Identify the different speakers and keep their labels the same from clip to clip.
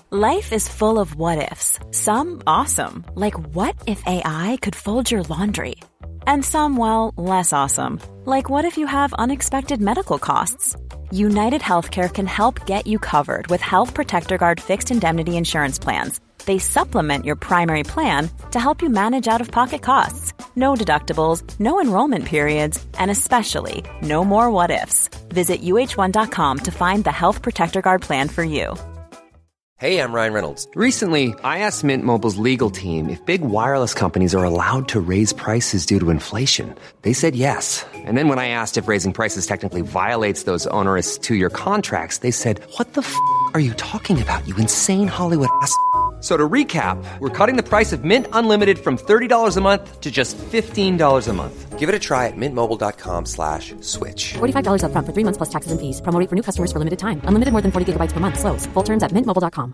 Speaker 1: Life is full of what-ifs. Some awesome, like what if AI could fold your laundry? And some, well, less awesome, like what if you have unexpected medical costs? United Healthcare can help get you covered with Health Protector Guard fixed indemnity insurance plans. They supplement your primary plan to help you manage out-of-pocket costs. No deductibles, no enrollment periods, and especially no more what-ifs. Visit uh1.com to find the Health Protector Guard plan for you.
Speaker 2: Hey, I'm Ryan Reynolds. Recently, I asked Mint Mobile's legal team if big wireless companies are allowed to raise prices due to inflation. They said yes. And then when I asked if raising prices technically violates those onerous two-year contracts, they said, "What the f*** are you talking about, you insane Hollywood ass f- So to recap, we're cutting the price of Mint Unlimited from $30 a month to just $15 a month. Give it a try at mintmobile.com/switch.
Speaker 3: $45 up front for 3 months plus taxes and fees. Promo rate for new customers for limited time. Unlimited more than 40 gigabytes per month. Slows full terms at mintmobile.com.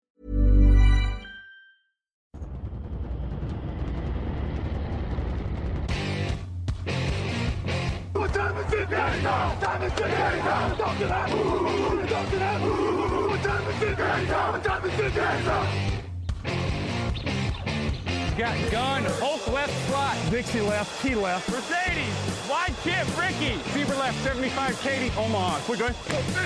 Speaker 4: Got gun, Hulk left slot, Dixie left, T left, Mercedes, wide chip, Ricky, Fever left, 75, Katie, Omaha. We're good.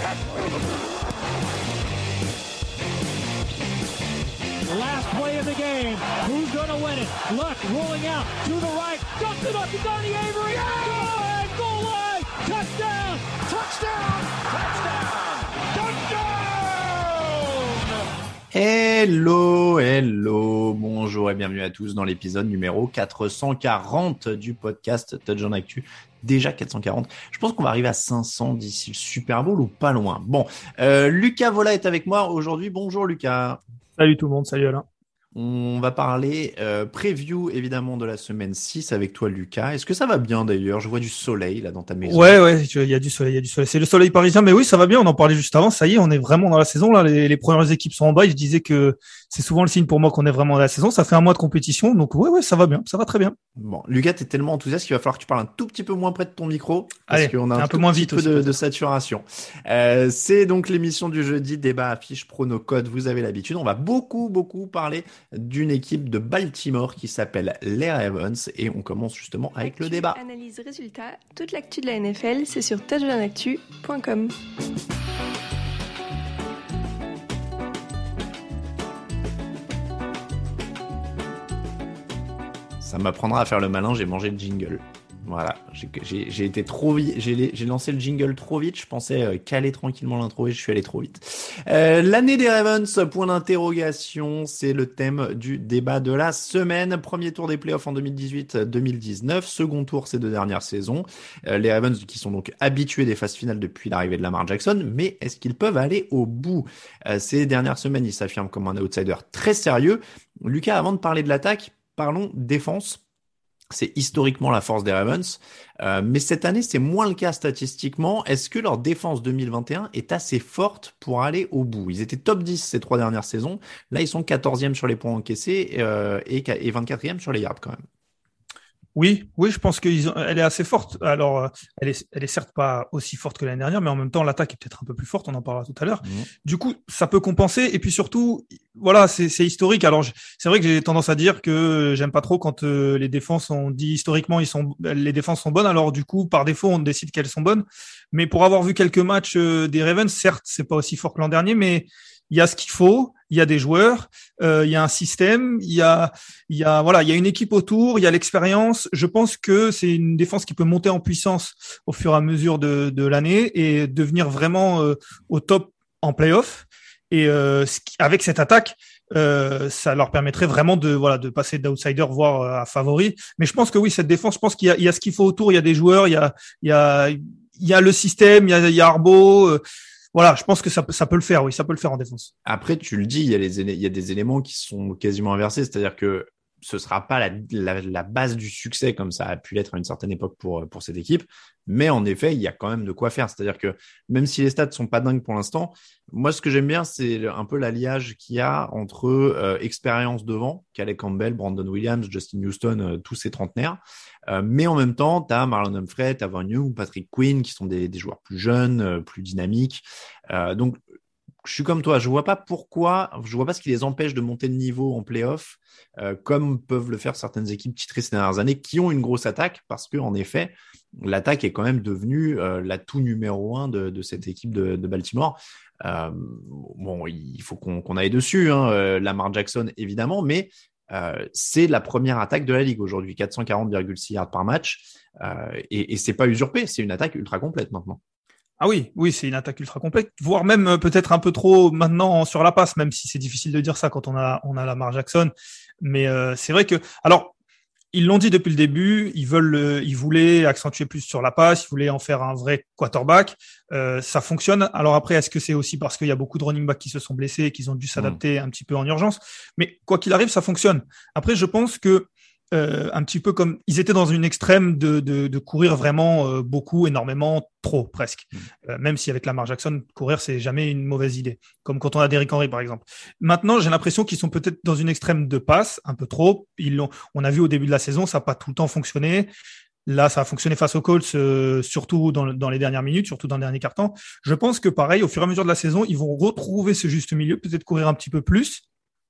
Speaker 5: Last play of the game. Who's going to win it? Luck rolling out to the right. Dumps it up to Donnie Avery. Yeah! Goal line. Touchdown. Touchdown. Touchdown. Touchdown.
Speaker 6: Hello, bonjour et bienvenue à tous dans l'épisode numéro 440 du podcast Touchdown Actu. Déjà 440. Je pense qu'on va arriver à 500 d'ici le Super Bowl ou pas loin. Bon, Lucas Vola est avec moi aujourd'hui. Bonjour Lucas.
Speaker 7: Salut tout le monde, salut Alain.
Speaker 6: On va parler preview évidemment de la semaine 6 avec toi Lucas. Est-ce que ça va bien d'ailleurs? Je vois du soleil là dans ta maison.
Speaker 7: Ouais, il y a du soleil. C'est le soleil parisien, mais oui, ça va bien. On en parlait juste avant. Ça y est, on est vraiment dans la saison là. Les premières équipes sont en bas. Je disais que c'est souvent le signe pour moi qu'on est vraiment dans la saison. Ça fait un mois de compétition, donc ouais, ça va bien, ça va très bien.
Speaker 6: Bon, Lucas, t'es tellement enthousiaste qu'il va falloir que tu parles un tout petit peu moins près de ton micro parce qu'on a
Speaker 7: un peu moins vite
Speaker 6: peu de saturation. C'est donc l'émission du jeudi, débat, affiche, prono, code. Vous avez l'habitude. On va beaucoup parler d'une équipe de Baltimore qui s'appelle les Ravens et on commence justement avec le débat.
Speaker 8: Analyse résultat, toute l'actu de la NFL, c'est sur touchdownactu.com.
Speaker 6: Ça m'apprendra à faire le malin, j'ai mangé le jingle. Voilà, j'ai été trop vite, j'ai lancé le jingle trop vite, je pensais caler tranquillement l'intro et je suis allé trop vite. L'année des Ravens, point d'interrogation, c'est le thème du débat de la semaine. Premier tour des playoffs en 2018-2019, second tour ces deux dernières saisons. Les Ravens qui sont donc habitués des phases finales depuis l'arrivée de Lamar Jackson, mais est-ce qu'ils peuvent aller au bout? Ces dernières semaines, ils s'affirment comme un outsider très sérieux. Lucas, avant de parler de l'attaque, parlons défense. C'est historiquement la force des Ravens, mais cette année, c'est moins le cas statistiquement. Est-ce que leur défense 2021 est assez forte pour aller au bout? Ils étaient top 10 ces 3 dernières saisons. Là, ils sont 14e sur les points encaissés et 24e sur les yards quand même.
Speaker 7: Oui, je pense qu'elle est assez forte. Alors, elle est certes pas aussi forte que l'année dernière, mais en même temps, l'attaque est peut-être un peu plus forte. On en parlera tout à l'heure. Du coup, ça peut compenser. Et puis surtout, voilà, c'est historique. Alors, c'est vrai que j'ai tendance à dire que j'aime pas trop quand les défenses, on dit historiquement, les défenses sont bonnes. Alors, du coup, par défaut, on décide qu'elles sont bonnes. Mais pour avoir vu quelques matchs des Ravens, certes, c'est pas aussi fort que l'an dernier, mais il y a ce qu'il faut, il y a des joueurs, il y a un système, il y a une équipe autour, il y a l'expérience. Je pense que c'est une défense qui peut monter en puissance au fur et à mesure de l'année et devenir vraiment au top en play-off. Et avec cette attaque, ça leur permettrait vraiment de passer d'outsider voire à favori. Mais je pense que oui, cette défense, je pense qu'il y a ce qu'il faut autour, il y a des joueurs, il y a le système, il y a Harbaugh. Voilà, je pense que ça peut le faire, oui, ça peut le faire en défense.
Speaker 6: Après, tu le dis, il y a des éléments qui sont quasiment inversés, c'est-à-dire que ce sera pas la base du succès comme ça a pu l'être à une certaine époque pour cette équipe, mais en effet, il y a quand même de quoi faire. C'est-à-dire que même si les stats sont pas dingues pour l'instant, moi, ce que j'aime bien, c'est un peu l'alliage qu'il y a entre expérience devant, Calais Campbell, Brandon Williams, Justin Houston, tous ces trentenaires, mais en même temps, tu as Marlon Humphrey, tu as Von Young, Patrick Quinn, qui sont des joueurs plus jeunes, plus dynamiques. Donc, je suis comme toi, je vois pas ce qui les empêche de monter de niveau en play-off, comme peuvent le faire certaines équipes titrées ces dernières années qui ont une grosse attaque, parce que en effet, l'attaque est quand même devenue l'atout numéro 1 de cette équipe de Baltimore. Bon, il faut qu'on aille dessus, hein, Lamar Jackson évidemment, mais c'est la première attaque de la ligue aujourd'hui, 440,6 yards par match, et c'est pas usurpé, c'est une attaque ultra complète maintenant.
Speaker 7: Ah oui, c'est une attaque ultra complète, voire même peut-être un peu trop maintenant sur la passe, même si c'est difficile de dire ça quand on a Lamar Jackson. Mais c'est vrai que, alors, ils l'ont dit depuis le début, ils voulaient accentuer plus sur la passe, ils voulaient en faire un vrai quarterback. Ça fonctionne. Alors après, est-ce que c'est aussi parce qu'il y a beaucoup de running backs qui se sont blessés et qu'ils ont dû s'adapter un petit peu en urgence? Mais quoi qu'il arrive, ça fonctionne. Après, je pense que un petit peu comme ils étaient dans une extrême de courir vraiment beaucoup, énormément, trop presque. Même si avec Lamar Jackson, courir c'est jamais une mauvaise idée. Comme quand on a Derrick Henry par exemple. Maintenant, j'ai l'impression qu'ils sont peut-être dans une extrême de passe, un peu trop. On a vu au début de la saison, ça n'a pas tout le temps fonctionné. Là, ça a fonctionné face aux Colts, surtout dans les dernières minutes, surtout dans le dernier quart-temps. Je pense que pareil, au fur et à mesure de la saison, ils vont retrouver ce juste milieu, peut-être courir un petit peu plus.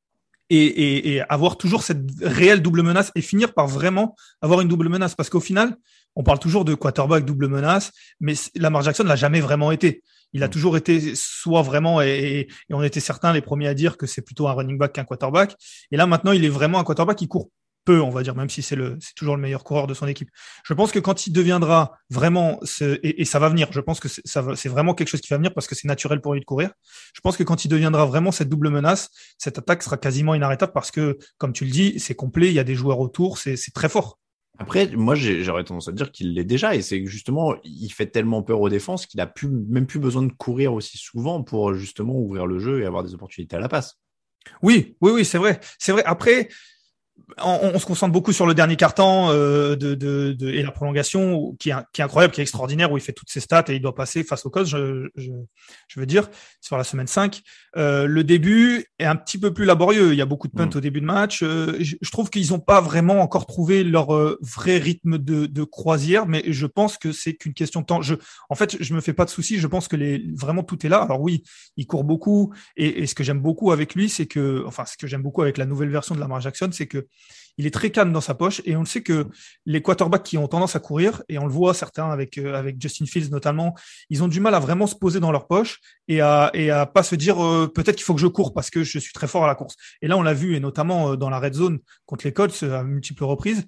Speaker 7: Et avoir toujours cette réelle double menace et finir par vraiment avoir une double menace. Parce qu'au final, on parle toujours de quarterback double menace, mais Lamar Jackson l'a jamais vraiment été. Il a toujours été soit vraiment, et on était certains les premiers à dire que c'est plutôt un running back qu'un quarterback. Et là, maintenant, il est vraiment un quarterback qui court peu, on va dire, même si c'est toujours le meilleur coureur de son équipe. Je pense que quand il deviendra vraiment, et ça va venir, je pense que c'est vraiment quelque chose qui va venir parce que c'est naturel pour lui de courir. Je pense que quand il deviendra vraiment cette double menace, cette attaque sera quasiment inarrêtable parce que, comme tu le dis, c'est complet, il y a des joueurs autour, c'est très fort.
Speaker 6: Après, moi, j'aurais tendance à dire qu'il l'est déjà, et c'est que justement, il fait tellement peur aux défenses qu'il a même plus besoin de courir aussi souvent pour justement ouvrir le jeu et avoir des opportunités à la passe.
Speaker 7: Oui, c'est vrai. Après, on se concentre beaucoup sur le dernier quart-temps et la prolongation qui est incroyable, qui est extraordinaire, où il fait toutes ses stats et il doit passer face aux Colts, je veux dire, sur la semaine 5. Le début est un petit peu plus laborieux. Il y a beaucoup de punts au début de match. Je trouve qu'ils n'ont pas vraiment encore trouvé leur vrai rythme de croisière, mais je pense que c'est qu'une question de temps. En fait, je me fais pas de soucis. Je pense que vraiment tout est là. Alors oui, il court beaucoup et ce que j'aime beaucoup avec lui, ce que j'aime beaucoup avec la nouvelle version de Lamar Jackson, c'est que il est très calme dans sa poche et on le sait que les quarterbacks qui ont tendance à courir, et on le voit certains avec Justin Fields notamment, ils ont du mal à vraiment se poser dans leur poche et à pas se dire peut-être qu'il faut que je cours parce que je suis très fort à la course. Et là on l'a vu, et notamment dans la red zone contre les Colts à multiples reprises,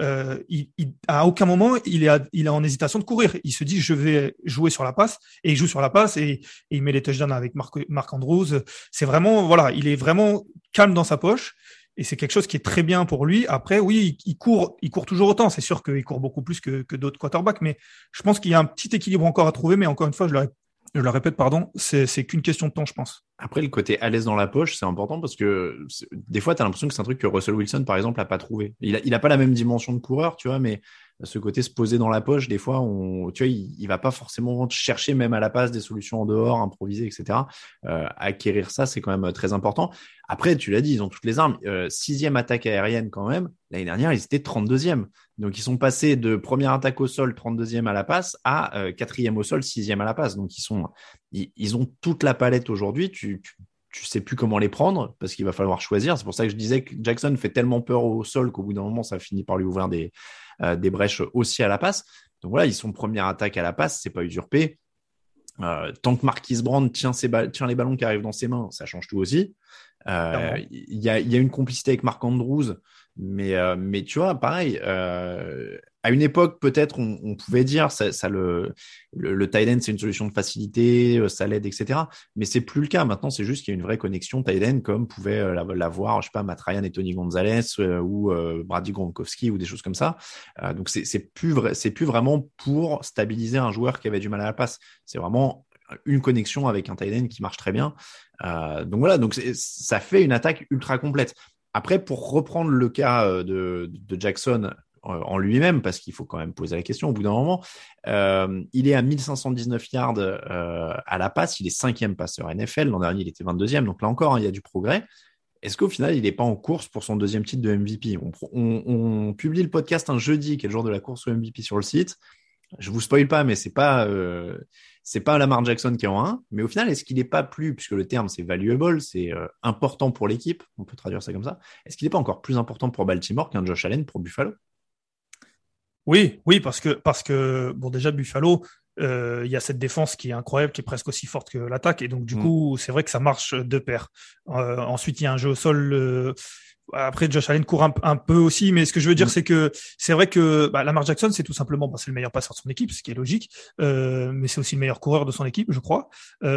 Speaker 7: à aucun moment il est en hésitation de courir. Il se dit je vais jouer sur la passe, et il joue sur la passe et il met les touchdowns avec Mark Andrews. C'est vraiment, voilà, il est vraiment calme dans sa poche. Et c'est quelque chose qui est très bien pour lui. Après, oui, il court toujours autant. C'est sûr qu'il court beaucoup plus que d'autres quarterbacks, mais je pense qu'il y a un petit équilibre encore à trouver. Mais encore une fois, je le répète, pardon, c'est qu'une question de temps, je pense.
Speaker 6: Après, le côté à l'aise dans la poche, c'est important parce que des fois, tu as l'impression que c'est un truc que Russell Wilson, par exemple, n'a pas trouvé. Il a pas la même dimension de coureur, tu vois, mais ce côté se poser dans la poche, des fois, tu vois, il va pas forcément chercher même à la passe des solutions en dehors, improviser, etc. Acquérir ça, c'est quand même très important. Après, tu l'as dit, ils ont toutes les armes. 6e attaque aérienne quand même. L'année dernière, ils étaient 32e. Donc, ils sont passés de première attaque au sol, 32e à la passe, à 4e au sol, 6e à la passe. Donc, ils ont toute la palette aujourd'hui. Tu sais plus comment les prendre parce qu'il va falloir choisir. C'est pour ça que je disais que Jackson fait tellement peur au sol qu'au bout d'un moment, ça finit par lui ouvrir des brèches aussi à la passe. Donc voilà, ils sont première attaque à la passe, c'est pas usurpé. Tant que Marquise Brown tient les ballons qui arrivent dans ses mains, ça change tout aussi. Il y a une complicité avec Mark Andrews, mais tu vois, pareil, à une époque, peut-être, on pouvait dire le tight end, c'est une solution de facilité, ça l'aide, etc. Mais c'est plus le cas. Maintenant, c'est juste qu'il y a une vraie connexion tight end, comme pouvait l'avoir, je sais pas, Matt Ryan et Tony Gonzalez, ou Brady Gronkowski, ou des choses comme ça. Donc, c'est plus vraiment pour stabiliser un joueur qui avait du mal à la passe. C'est vraiment une connexion avec un tight end qui marche très bien. Donc voilà, donc ça fait une attaque ultra complète. Après, pour reprendre le cas de Jackson en lui-même, parce qu'il faut quand même poser la question au bout d'un moment, il est à 1519 yards à la passe, il est 5e passeur NFL, l'an dernier il était 22e, donc là encore, il y a du progrès. Est-ce qu'au final, il n'est pas en course pour son 2e titre de MVP? On publie le podcast un jeudi, qui est le jour de la course au MVP sur le site. Je vous spoil pas, mais c'est pas c'est pas Lamar Jackson qui est en 1, mais au final, est-ce qu'il n'est pas plus, puisque le terme c'est valuable, c'est important pour l'équipe, on peut traduire ça comme ça, est-ce qu'il n'est pas encore plus important pour Baltimore qu'un Josh Allen pour Buffalo?
Speaker 7: Oui, parce que bon, déjà Buffalo, il y a cette défense qui est incroyable, qui est presque aussi forte que l'attaque, et donc du coup, c'est vrai que ça marche de pair. Ensuite, il y a un jeu au sol. Après, Josh Allen court un peu aussi, mais ce que je veux dire, c'est que c'est vrai que Lamar Jackson, c'est tout simplement, c'est le meilleur passeur de son équipe, ce qui est logique, mais c'est aussi le meilleur coureur de son équipe, je crois.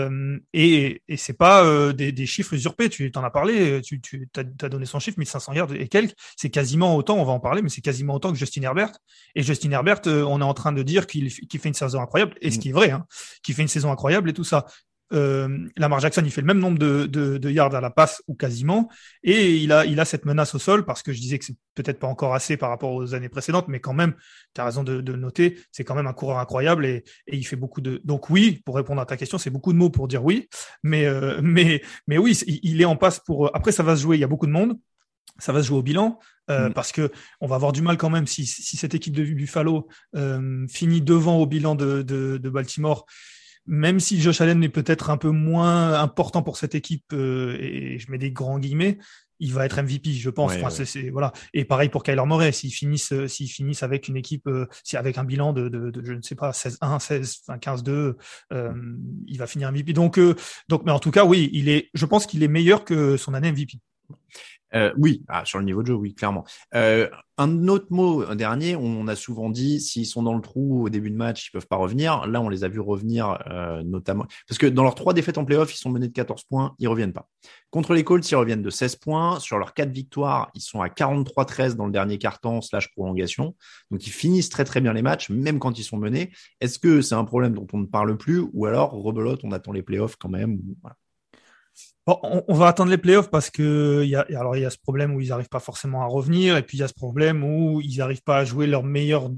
Speaker 7: Et c'est pas des chiffres usurpés. Tu t'en as parlé, tu t'as donné son chiffre, 1500 yards et quelques. C'est quasiment autant, on va en parler, mais c'est quasiment autant que Justin Herbert. Et Justin Herbert, on est en train de dire qu'il fait une saison incroyable, et ce qui est vrai, hein, qu'il fait une saison incroyable et tout ça. Lamar Jackson, il fait le même nombre de yards à la passe ou quasiment, et il a cette menace au sol, parce que je disais que c'est peut-être pas encore assez par rapport aux années précédentes, mais quand même, tu as raison de noter, c'est quand même un coureur incroyable, et il fait beaucoup de. Donc oui, pour répondre à ta question, c'est beaucoup de mots pour dire oui, mais oui, il est en passe pour. Après, ça va se jouer. Il y a beaucoup de monde. Ça va se jouer au bilan, parce que on va avoir du mal quand même si cette équipe de Buffalo finit devant au bilan de Baltimore. Même si Josh Allen est peut-être un peu moins important pour cette équipe, et je mets des grands guillemets, il va être MVP, je pense. Ouais, enfin, c'est voilà. Et pareil pour Kyler Murray, s'ils finissent avec une équipe, avec un bilan de je ne sais pas 16-1, 15-2, il va finir MVP. Donc, mais en tout cas, oui, je pense qu'il est meilleur que son année MVP.
Speaker 6: Oui, sur le niveau de jeu, oui, clairement. Un autre mot, un dernier, on a souvent dit, s'ils sont dans le trou au début de match, ils peuvent pas revenir. Là, on les a vus revenir, notamment, parce que dans leurs 3 défaites en play-off, ils sont menés de 14 points, ils reviennent pas. Contre les Colts, ils reviennent de 16 points. Sur leurs 4 victoires, ils sont à 43-13 dans le dernier quart-temps / prolongation. Donc, ils finissent très, très bien les matchs, même quand ils sont menés. Est-ce que c'est un problème dont on ne parle plus, ou alors, rebelote, on attend les play-offs quand même, voilà.
Speaker 7: Bon, on va attendre les playoffs, parce que il y a ce problème où ils n'arrivent pas forcément à revenir, et puis il y a ce problème où ils n'arrivent pas à jouer à leur meilleur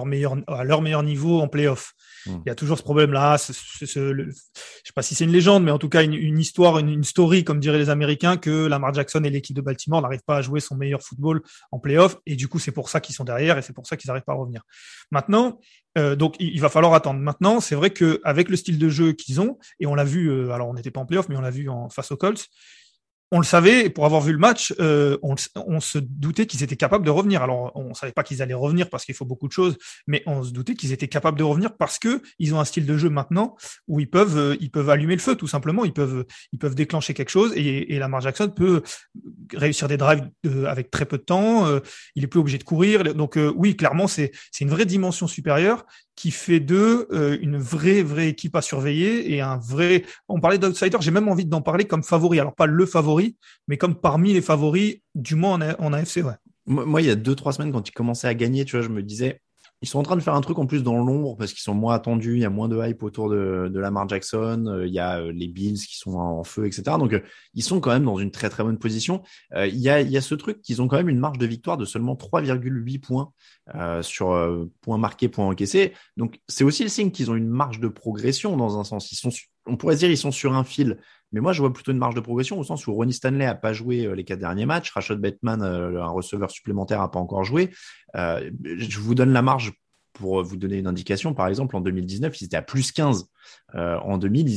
Speaker 7: niveau en playoffs. Il y a toujours ce problème-là. Je sais pas si c'est une légende, mais en tout cas une histoire, une story, comme diraient les Américains, que Lamar Jackson et l'équipe de Baltimore n'arrivent pas à jouer son meilleur football en playoffs, et du coup c'est pour ça qu'ils sont derrière, et c'est pour ça qu'ils n'arrivent pas à revenir. Maintenant, donc il va falloir attendre. Maintenant, c'est vrai que avec le style de jeu qu'ils ont, et on l'a vu, alors on n'était pas en playoff, mais on l'a vu face aux Colts, on le savait, et pour avoir vu le match, on se doutait qu'ils étaient capables de revenir. Alors, on savait pas qu'ils allaient revenir parce qu'il faut beaucoup de choses, mais on se doutait qu'ils étaient capables de revenir parce que ils ont un style de jeu maintenant où ils peuvent allumer le feu, tout simplement. Ils peuvent déclencher quelque chose, et Lamar Jackson peut réussir des drives avec très peu de temps. Il est plus obligé de courir. Donc oui, clairement, c'est une vraie dimension supérieure qui fait d'eux une vraie équipe à surveiller, et un vrai. On parlait d'outsider, j'ai même envie d'en parler comme favori. Alors pas le favori, mais comme parmi les favoris, du moins en AFC, ouais.
Speaker 6: Moi, il y a 2-3 semaines, quand ils commençaient à gagner, tu vois, je me disais, ils sont en train de faire un truc en plus dans l'ombre, parce qu'ils sont moins attendus, il y a moins de hype autour de Lamar Jackson, il y a les Bills qui sont en feu, etc. Donc, ils sont quand même dans une très très bonne position. Il y a ce truc qu'ils ont quand même une marge de victoire de seulement 3,8 points sur points marqués, points encaissés. Donc, c'est aussi le signe qu'ils ont une marge de progression dans un sens. On pourrait dire ils sont sur un fil. Mais moi, je vois plutôt une marge de progression au sens où Ronnie Stanley a pas joué les 4 derniers matchs. Rashad Bateman, un receveur supplémentaire, a pas encore joué. Je vous donne la marge pour vous donner une indication. Par exemple, en 2019, ils étaient à plus 15. En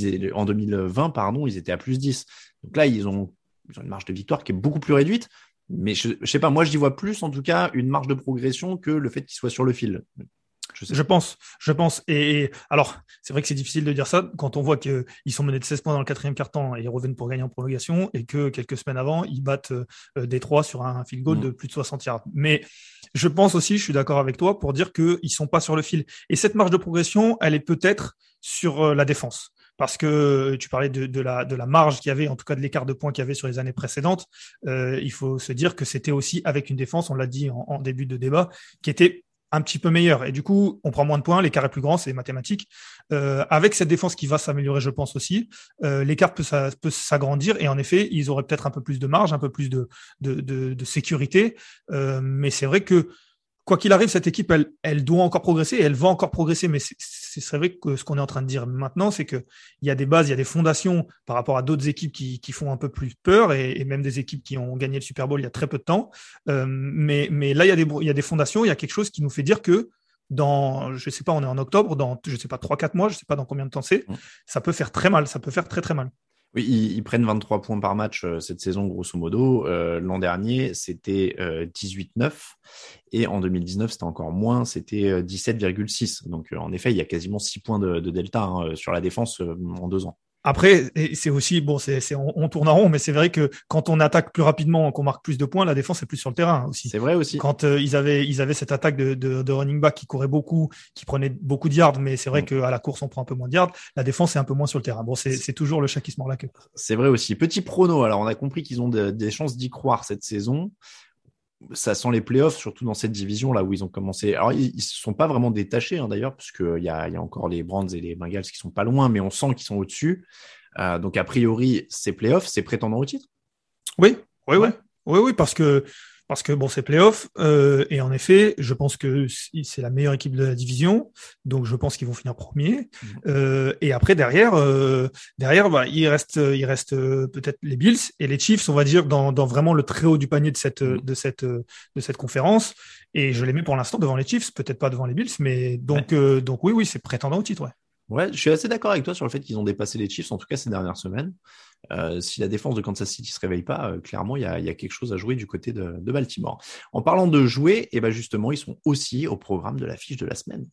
Speaker 6: 2020, ils étaient à plus 10. Donc là, ils ont une marge de victoire qui est beaucoup plus réduite. Mais je sais pas, moi, j'y vois plus, en tout cas, une marge de progression que le fait qu'ils soient sur le fil.
Speaker 7: Je pense. Et alors, c'est vrai que c'est difficile de dire ça quand on voit qu'ils sont menés de 16 points dans le 4e quart-temps et ils reviennent pour gagner en prolongation, et que quelques semaines avant, ils battent Détroit sur un field goal de plus de 60 yards. Mais je pense aussi, je suis d'accord avec toi, pour dire qu'ils sont pas sur le fil. Et cette marge de progression, elle est peut-être sur la défense. Parce que tu parlais de la marge qu'il y avait, en tout cas de l'écart de points qu'il y avait sur les années précédentes. Il faut se dire que c'était aussi avec une défense, on l'a dit en début de débat, qui était un petit peu meilleur, et du coup on prend moins de points, l'écart est plus grand, c'est mathématique. Avec cette défense qui va s'améliorer, je pense aussi, l'écart peut s'agrandir, et en effet ils auraient peut-être un peu plus de marge, un peu plus de sécurité, mais c'est vrai que quoi qu'il arrive, cette équipe, elle doit encore progresser, et elle va encore progresser. Mais c'est vrai que ce qu'on est en train de dire maintenant, c'est que il y a des bases, il y a des fondations par rapport à d'autres équipes qui font un peu plus peur, et même des équipes qui ont gagné le Super Bowl il y a très peu de temps. Mais là, il y a des fondations, il y a quelque chose qui nous fait dire que je sais pas, on est en octobre, dans, je sais pas, 3-4 mois, je sais pas dans combien de temps c'est, ça peut faire très mal, ça peut faire très très mal.
Speaker 6: Oui, ils prennent 23 points par match cette saison, grosso modo. L'an dernier, c'était 18,9 et en 2019, c'était encore moins, c'était 17,6. Donc, en effet, il y a quasiment 6 points de delta sur la défense en 2 ans.
Speaker 7: Après, c'est aussi, bon, on tourne en rond, mais c'est vrai que quand on attaque plus rapidement, qu'on marque plus de points, la défense est plus sur le terrain aussi.
Speaker 6: C'est vrai aussi.
Speaker 7: Quand ils avaient cette attaque de running back qui courait beaucoup, qui prenait beaucoup de yards, mais c'est vrai qu'à la course, on prend un peu moins de yards. La défense est un peu moins sur le terrain. Bon, c'est toujours le chat qui se mord la queue.
Speaker 6: C'est vrai aussi. Petit prono. Alors, on a compris qu'ils ont des chances d'y croire cette saison. Ça sent les playoffs, surtout dans cette division là où ils ont commencé. Alors ils se sont pas vraiment détachés d'ailleurs, parce qu'il y a encore les Browns et les Bengals qui sont pas loin, mais on sent qu'ils sont au-dessus. Donc a priori, c'est playoffs, c'est prétendant au titre.
Speaker 7: Oui, parce que bon, c'est playoff, et en effet, je pense que c'est la meilleure équipe de la division, donc je pense qu'ils vont finir premier. Et après derrière, bah, il reste peut-être les Bills et les Chiefs, on va dire dans vraiment le très haut du panier de cette conférence. Et je les mets pour l'instant devant les Chiefs, peut-être pas devant les Bills, mais donc oui, c'est prétendant au titre, ouais.
Speaker 6: Ouais, je suis assez d'accord avec toi sur le fait qu'ils ont dépassé les Chiefs, en tout cas ces dernières semaines. Si la défense de Kansas City se réveille pas, clairement, il y a quelque chose à jouer du côté de Baltimore. En parlant de jouer, et ben justement, ils sont aussi au programme de la fiche de la semaine.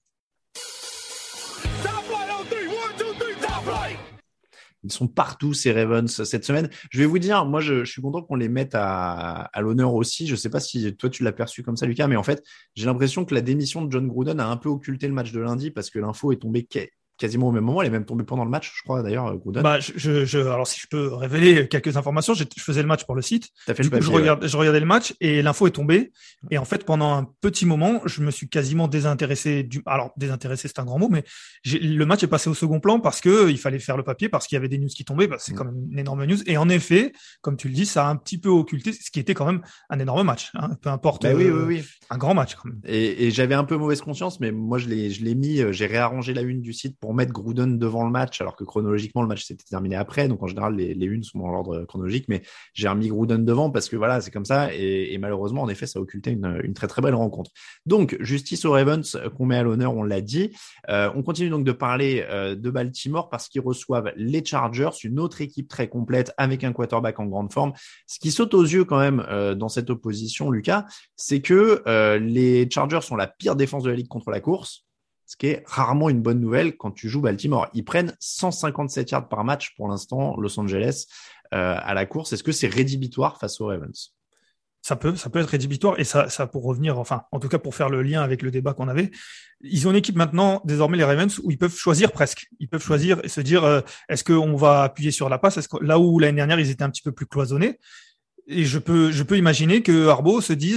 Speaker 6: Ils sont partout, ces Ravens, cette semaine. Je vais vous dire, moi, je suis content qu'on les mette à l'honneur aussi. Je sais pas si toi, tu l'as perçu comme ça, Lucas, mais en fait, j'ai l'impression que la démission de John Gruden a un peu occulté le match de lundi parce que l'info est tombée quasiment au même moment. Elle est même tombée pendant le match, je crois, d'ailleurs, Gruden.
Speaker 7: Bah, alors, si je peux révéler quelques informations, je faisais le match pour le site.
Speaker 6: Du coup,
Speaker 7: je regardais le match et l'info est tombée. Et en fait, pendant un petit moment, je me suis quasiment désintéressé alors, désintéressé, c'est un grand mot, mais le match est passé au second plan parce que il fallait faire le papier, parce qu'il y avait des news qui tombaient. Bah, c'est quand même une énorme news. Et en effet, comme tu le dis, ça a un petit peu occulté ce qui était quand même un énorme match, hein. Peu importe.
Speaker 6: Oui.
Speaker 7: Un grand match, quand même.
Speaker 6: Et j'avais un peu mauvaise conscience, mais moi, je l'ai mis, j'ai réarrangé la une du site pour mettre Gruden devant le match, alors que chronologiquement, le match s'était terminé après. Donc, en général, les unes sont dans l'ordre chronologique, mais j'ai remis Gruden devant parce que voilà, c'est comme ça. Et malheureusement, en effet, ça a occulté une très, très belle rencontre. Donc, justice aux Ravens qu'on met à l'honneur, on l'a dit. On continue donc de parler de Baltimore parce qu'ils reçoivent les Chargers, une autre équipe très complète avec un quarterback en grande forme. Ce qui saute aux yeux quand même dans cette opposition, Lucas, c'est que les Chargers sont la pire défense de la ligue contre la course. Ce qui est rarement une bonne nouvelle quand tu joues Baltimore. Ils prennent 157 yards par match pour l'instant, Los Angeles, à la course. Est-ce que c'est rédhibitoire face aux Ravens ?
Speaker 7: Ça peut être rédhibitoire, et ça pour revenir, enfin, en tout cas pour faire le lien avec le débat qu'on avait, ils ont une équipe maintenant, désormais les Ravens, où ils peuvent choisir presque. Ils peuvent choisir et se dire, est-ce qu'on va appuyer sur la passe? Est-ce que là où l'année dernière ils étaient un petit peu plus cloisonnés? Et je peux imaginer que Harbaugh se dise,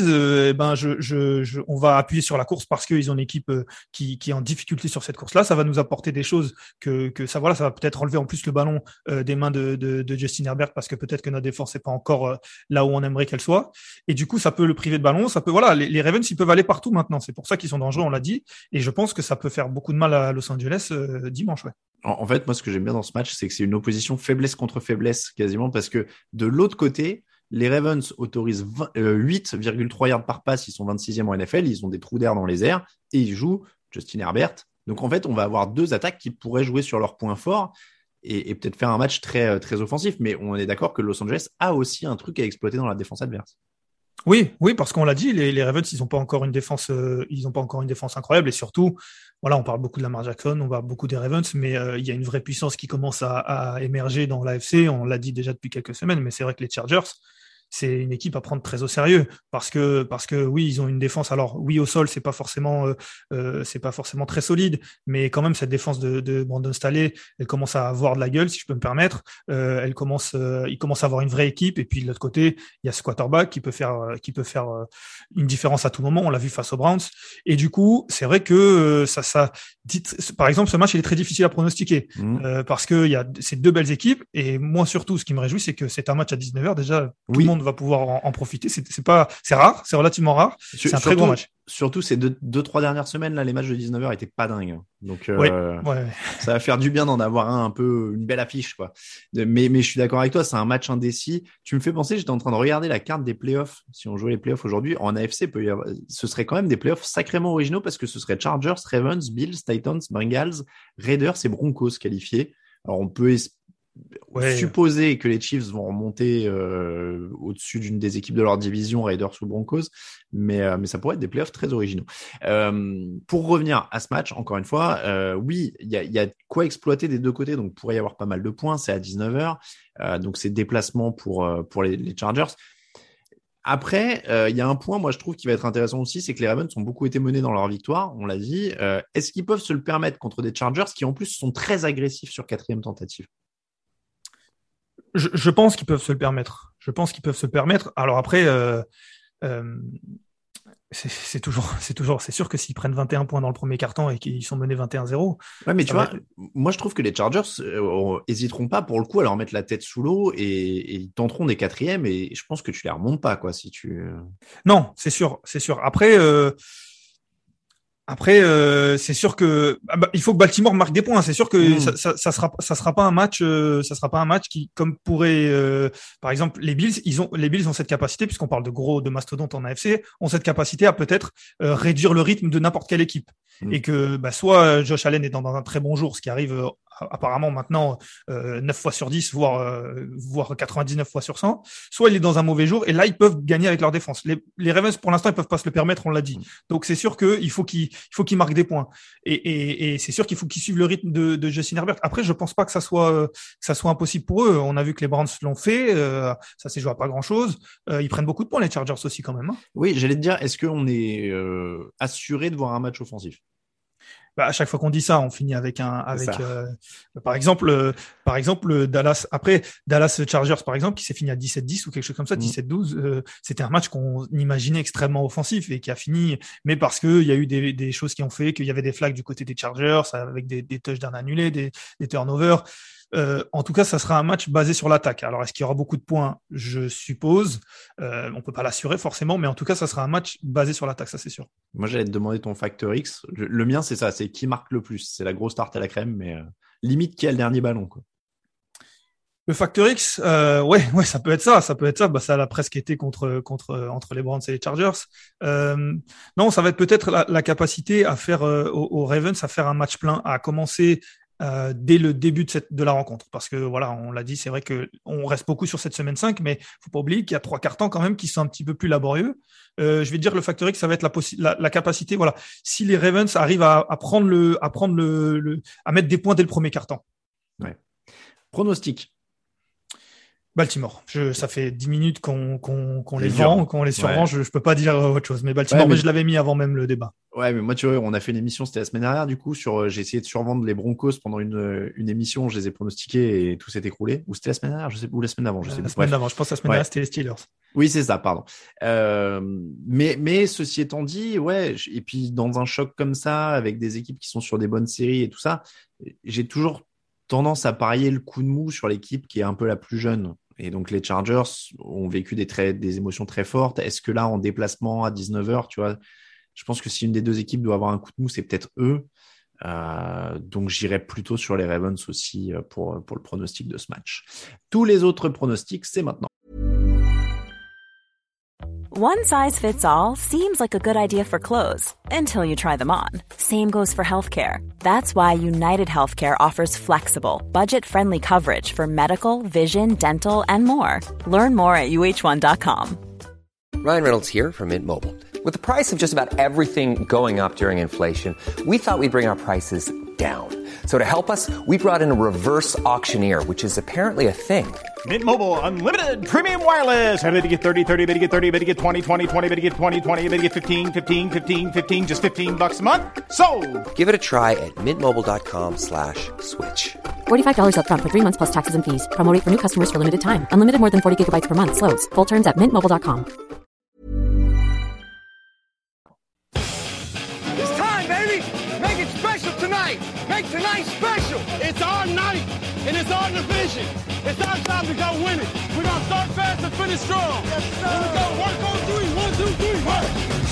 Speaker 7: on va appuyer sur la course parce qu'ils ont une équipe qui est en difficulté sur cette course-là. Ça va nous apporter des choses que ça va peut-être enlever en plus le ballon des mains de Justin Herbert, parce que peut-être que notre défense n'est pas encore là où on aimerait qu'elle soit. Et du coup, ça peut le priver de ballon. Ça peut, les Ravens, ils peuvent aller partout maintenant. C'est pour ça qu'ils sont dangereux, on l'a dit. Et je pense que ça peut faire beaucoup de mal à Los Angeles dimanche, ouais.
Speaker 6: En fait, moi, ce que j'aime bien dans ce match, c'est que c'est une opposition faiblesse contre faiblesse quasiment, parce que de l'autre côté, les Ravens autorisent 8,3 yards par passe. Ils sont 26e en NFL. Ils ont des trous d'air dans les airs et ils jouent Justin Herbert. Donc, en fait, on va avoir deux attaques qui pourraient jouer sur leurs points forts et peut-être faire un match très, très offensif. Mais on est d'accord que Los Angeles a aussi un truc à exploiter dans la défense adverse.
Speaker 7: Oui, parce qu'on l'a dit, les Ravens, ils n'ont pas encore une défense, incroyable, et surtout, voilà, on parle beaucoup de Lamar Jackson, on parle beaucoup des Ravens, mais il y a une vraie puissance qui commence à émerger dans l'AFC. On l'a dit déjà depuis quelques semaines, mais c'est vrai que les Chargers, c'est une équipe à prendre très au sérieux, parce que oui, ils ont une défense. Alors oui, au sol, c'est pas forcément très solide, mais quand même cette défense de Brandon Staley, elle commence à avoir de la gueule, si je peux me permettre. Il commence à avoir une vraie équipe, et puis de l'autre côté, il y a ce quarterback qui peut faire une différence à tout moment. On l'a vu face aux Browns, et du coup, c'est vrai que par exemple, ce match il est très difficile à pronostiquer parce que il y a ces deux belles équipes, et moi surtout, ce qui me réjouit, c'est que c'est un match à 19h déjà. Tout le monde monde va pouvoir en profiter. C'est rare, c'est relativement rare. C'est un très gros match.
Speaker 6: Surtout ces 2-3 dernières semaines, là, les matchs de 19h étaient pas dingues. Donc, ça va faire du bien d'en avoir un peu, une belle affiche, quoi. Mais je suis d'accord avec toi, c'est un match indécis. Tu me fais penser, j'étais en train de regarder la carte des playoffs. Si on jouait les playoffs aujourd'hui, en AFC, ce serait quand même des playoffs sacrément originaux parce que ce serait Chargers, Ravens, Bills, Titans, Bengals, Raiders et Broncos qualifiés. Alors, on peut supposer que les Chiefs vont remonter au-dessus d'une des équipes de leur division, Raiders ou Broncos, mais ça pourrait être des playoffs très originaux. Pour revenir à ce match, encore une fois, oui, il y a quoi exploiter des deux côtés, donc il pourrait y avoir pas mal de points, c'est à 19h, donc c'est déplacement pour les Chargers. Après, il y a un point, moi je trouve qui va être intéressant aussi, c'est que les Ravens ont beaucoup été menés dans leur victoire, on l'a dit. Est-ce qu'ils peuvent se le permettre contre des Chargers qui en plus sont très agressifs sur 4e tentative?
Speaker 7: Je pense qu'ils peuvent se le permettre. Alors après, c'est sûr que s'ils prennent 21 points dans le premier quart-temps et qu'ils sont menés 21-0.
Speaker 6: Ouais, mais tu vois, moi je trouve que les Chargers hésiteront pas pour le coup à leur mettre la tête sous l'eau et ils tenteront des 4e et je pense que tu les remontes pas, quoi, si tu.
Speaker 7: Non, c'est sûr. Après, c'est sûr que il faut que Baltimore marque des points. C'est sûr que ça sera pas un match, qui, comme pourrait, par exemple, les Bills ont cette capacité, puisqu'on parle de mastodontes en AFC, ont cette capacité à peut-être réduire le rythme de n'importe quelle équipe. Et que soit Josh Allen est dans un très bon jour, ce qui arrive apparemment maintenant 9 fois sur 10, voire 99 fois sur 100, soit il est dans un mauvais jour, et là ils peuvent gagner avec leur défense. Les Ravens, pour l'instant, ils peuvent pas se le permettre, on l'a dit. Donc c'est sûr qu'il faut qu'ils marquent des points. Et c'est sûr qu'il faut qu'ils suivent le rythme de Justin Herbert. Après, je pense pas que ça soit impossible pour eux. On a vu que les Browns l'ont fait, ça s'est joué à pas grand-chose. Ils prennent beaucoup de points, les Chargers aussi, quand même. Hein.
Speaker 6: Oui, j'allais te dire, est-ce qu'on est assuré de voir un match offensif?
Speaker 7: À chaque fois qu'on dit ça, on finit avec par exemple Dallas Chargers, par exemple, qui s'est fini à 17-10 ou quelque chose comme ça, 17-12. C'était un match qu'on imaginait extrêmement offensif et qui a fini, mais parce que il y a eu des choses qui ont fait qu'il y avait des flags du côté des Chargers avec des touchdowns annulés, des turnovers. En tout cas, ça sera un match basé sur l'attaque. Alors, est-ce qu'il y aura beaucoup de points? Je suppose. On peut pas l'assurer forcément, mais en tout cas, ça sera un match basé sur l'attaque, ça c'est sûr.
Speaker 6: Moi, j'allais te demander ton facteur X. Le mien, c'est ça, c'est qui marque le plus. C'est la grosse tarte à la crème, mais limite qui a le dernier ballon, quoi.
Speaker 7: Le facteur X, ouais, ça peut être ça. Ça l'a presque été entre les Browns et les Chargers. Non, ça va être peut-être la capacité à faire aux Ravens à faire un match plein, à commencer dès le début de la rencontre, parce que voilà, on l'a dit, c'est vrai que on reste beaucoup sur cette semaine 5, mais faut pas oublier qu'il y a 3 quarts-temps quand même qui sont un petit peu plus laborieux. Je vais dire le facteur X, ça va être la capacité, voilà, si les Ravens arrivent à mettre des points dès le premier quart-temps.
Speaker 6: Ouais. Pronostic.
Speaker 7: Baltimore. Ça fait 10 minutes qu'on les vend, qu'on les survend. Ouais. Je peux pas dire autre chose. Mais Baltimore, mais je l'avais mis avant même le débat.
Speaker 6: Ouais, mais moi, tu vois, on a fait une émission, c'était la semaine dernière, du coup, j'ai essayé de survendre les Broncos pendant une émission, je les ai pronostiqués et tout s'est écroulé. Ou c'était la semaine dernière, je sais, ou la semaine d'avant, je sais.
Speaker 7: La semaine d'avant, je pense que la semaine dernière, c'était les Steelers.
Speaker 6: Oui, c'est ça, pardon. Mais ceci étant dit, ouais, et puis dans un choc comme ça, avec des équipes qui sont sur des bonnes séries et tout ça, j'ai toujours tendance à parier le coup de mou sur l'équipe qui est un peu la plus jeune. Et donc, les Chargers ont vécu des émotions très fortes. Est-ce que là, en déplacement à 19h, tu vois, je pense que si une des deux équipes doit avoir un coup de mou, c'est peut-être eux. Donc, j'irais plutôt sur les Ravens aussi pour le pronostic de ce match. Tous les autres pronostics, c'est maintenant.
Speaker 1: One size fits all seems like a good idea for clothes until you try them on. Same goes for healthcare. That's why United Healthcare offers flexible, budget-friendly coverage for medical, vision, dental, and more. Learn more at uh1.com.
Speaker 2: Ryan Reynolds here from Mint Mobile. With the price of just about everything going up during inflation, we thought we'd bring our prices down. So to help us, we brought in a reverse auctioneer, which is apparently a thing.
Speaker 9: Mint Mobile Unlimited Premium Wireless. How to get 30, 30, bit to get 30, bit to get 20, 20, 20, bit to get 20, 20, bit to get 15, 15, 15, 15, just $15 a month? Sold!
Speaker 2: Give it a try at mintmobile.com/switch.
Speaker 3: $45 up front for 3 months plus taxes and fees. Promo rate for new customers for limited time. Unlimited more than 40 gigabytes per month. Slows full terms at mintmobile.com.
Speaker 4: It's time, baby! Make it special tonight! Make tonight special! It's our night! and it's our division. It's our time to go win it. We're going to start fast and finish strong. Yes, sir. Here we go. Work on three. 1, 2, 3. Work.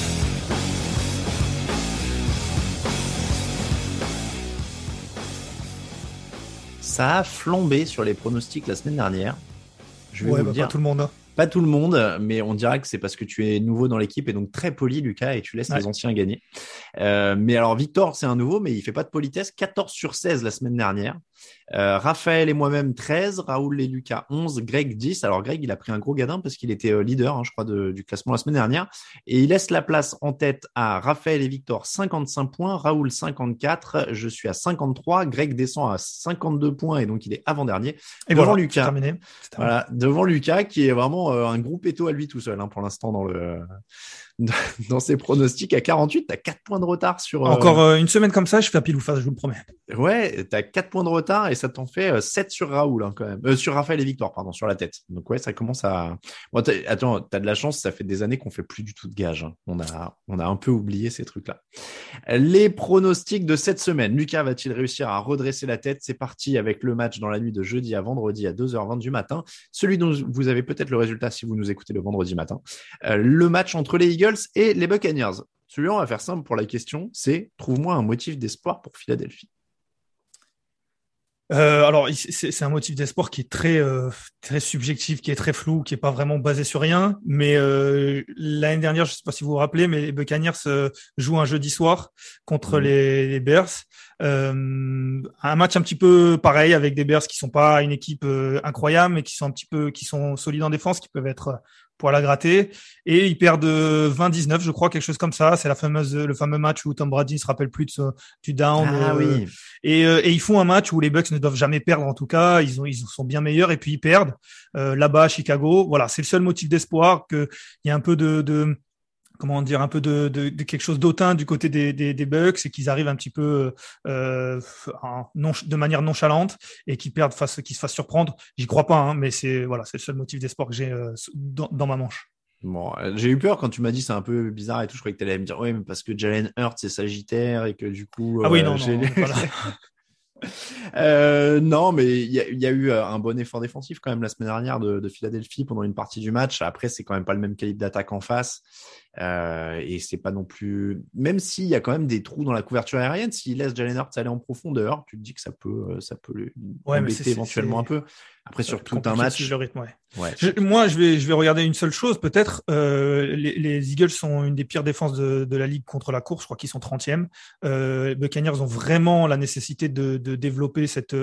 Speaker 6: Ça a flambé sur les pronostics la semaine dernière. Je vais vous le dire.
Speaker 7: Pas tout le monde.
Speaker 6: Pas tout le monde, mais on dira que c'est parce que tu es nouveau dans l'équipe et donc très poli, Lucas, et tu laisses les anciens gagner. Mais alors, Victor, c'est un nouveau, mais il fait pas de politesse. 14/16 la semaine dernière. Raphaël et moi-même 13, Raoul et Lucas 11, Greg 10. Alors Greg, il a pris un gros gadin parce qu'il était leader, je crois, du classement la semaine dernière. Et il laisse la place en tête à Raphaël et Victor 55 points, Raoul 54, je suis à 53, Greg descend à 52 points et donc il est avant-dernier.
Speaker 7: Et
Speaker 6: devant
Speaker 7: voilà,
Speaker 6: Lucas.
Speaker 7: c'est terminé.
Speaker 6: Voilà, devant Lucas qui est vraiment un gros péto à lui tout seul pour l'instant dans ses pronostics. À 48, t'as 4 points de retard sur...
Speaker 7: Encore une semaine comme ça, je fais un pile ou face, je vous le promets.
Speaker 6: Ouais, t'as 4 points de retard et ça t'en fait 7 sur Raoul quand même. Sur Raphaël et Victor, pardon, sur la tête. Donc ouais, ça commence à... Bon, attends, t'as de la chance, ça fait des années qu'on fait plus du tout de gages. On a un peu oublié ces trucs-là. Les pronostics de cette semaine. Lucas va-t-il réussir à redresser la tête? C'est parti avec le match dans la nuit de jeudi à vendredi à 2h20 du matin. Celui dont vous avez peut-être le résultat si vous nous écoutez le vendredi matin. Le match entre les Eagles et les Buccaneers. Celui-là, on va faire simple pour la question, c'est trouve-moi un motif d'espoir pour Philadelphie.
Speaker 7: Alors, c'est un motif d'espoir qui est très subjectif, qui est très flou, qui est pas vraiment basé sur rien. Mais l'année dernière, je sais pas si vous vous rappelez, mais les Buccaneers jouent un jeudi soir contre les Bears. Un match un petit peu pareil avec des Bears qui sont pas une équipe incroyable, mais qui sont solides en défense, qui peuvent être poil à gratter, et ils perdent 20-19, je crois, quelque chose comme ça. C'est le fameux match où Tom Brady ne se rappelle plus du down.
Speaker 6: Oui.
Speaker 7: Et ils font un match où les Bucks ne doivent jamais perdre, en tout cas. Ils sont bien meilleurs, et puis ils perdent là-bas à Chicago. Voilà, c'est le seul motif d'espoir, qu'il y a un peu de quelque chose d'autant du côté des Bucks, et qu'ils arrivent un petit peu de manière nonchalante et qu'ils se fassent surprendre. J'y crois pas, mais c'est le seul motif d'espoir que j'ai dans ma manche.
Speaker 6: Bon, j'ai eu peur quand tu m'as dit c'est un peu bizarre et tout. Je croyais que tu allais me dire mais parce que Jalen Hurts c'est Sagittaire et que du coup
Speaker 7: non, voilà.
Speaker 6: Non, mais il y a eu un bon effort défensif quand même la semaine dernière de Philadelphie pendant une partie du match. Après, c'est quand même pas le même calibre d'attaque en face, et c'est pas non plus. Même s'il y a quand même des trous dans la couverture aérienne, s'il laisse Jalen Hurts aller en profondeur, tu te dis que ça peut embêter éventuellement un peu. Après, sur tout un match.
Speaker 7: Le rythme,
Speaker 6: ouais.
Speaker 7: Moi, je vais regarder une seule chose, peut-être. Les Eagles sont une des pires défenses de la ligue contre la course. Je crois qu'ils sont 30e. Les Buccaneers ont vraiment la nécessité de développer cette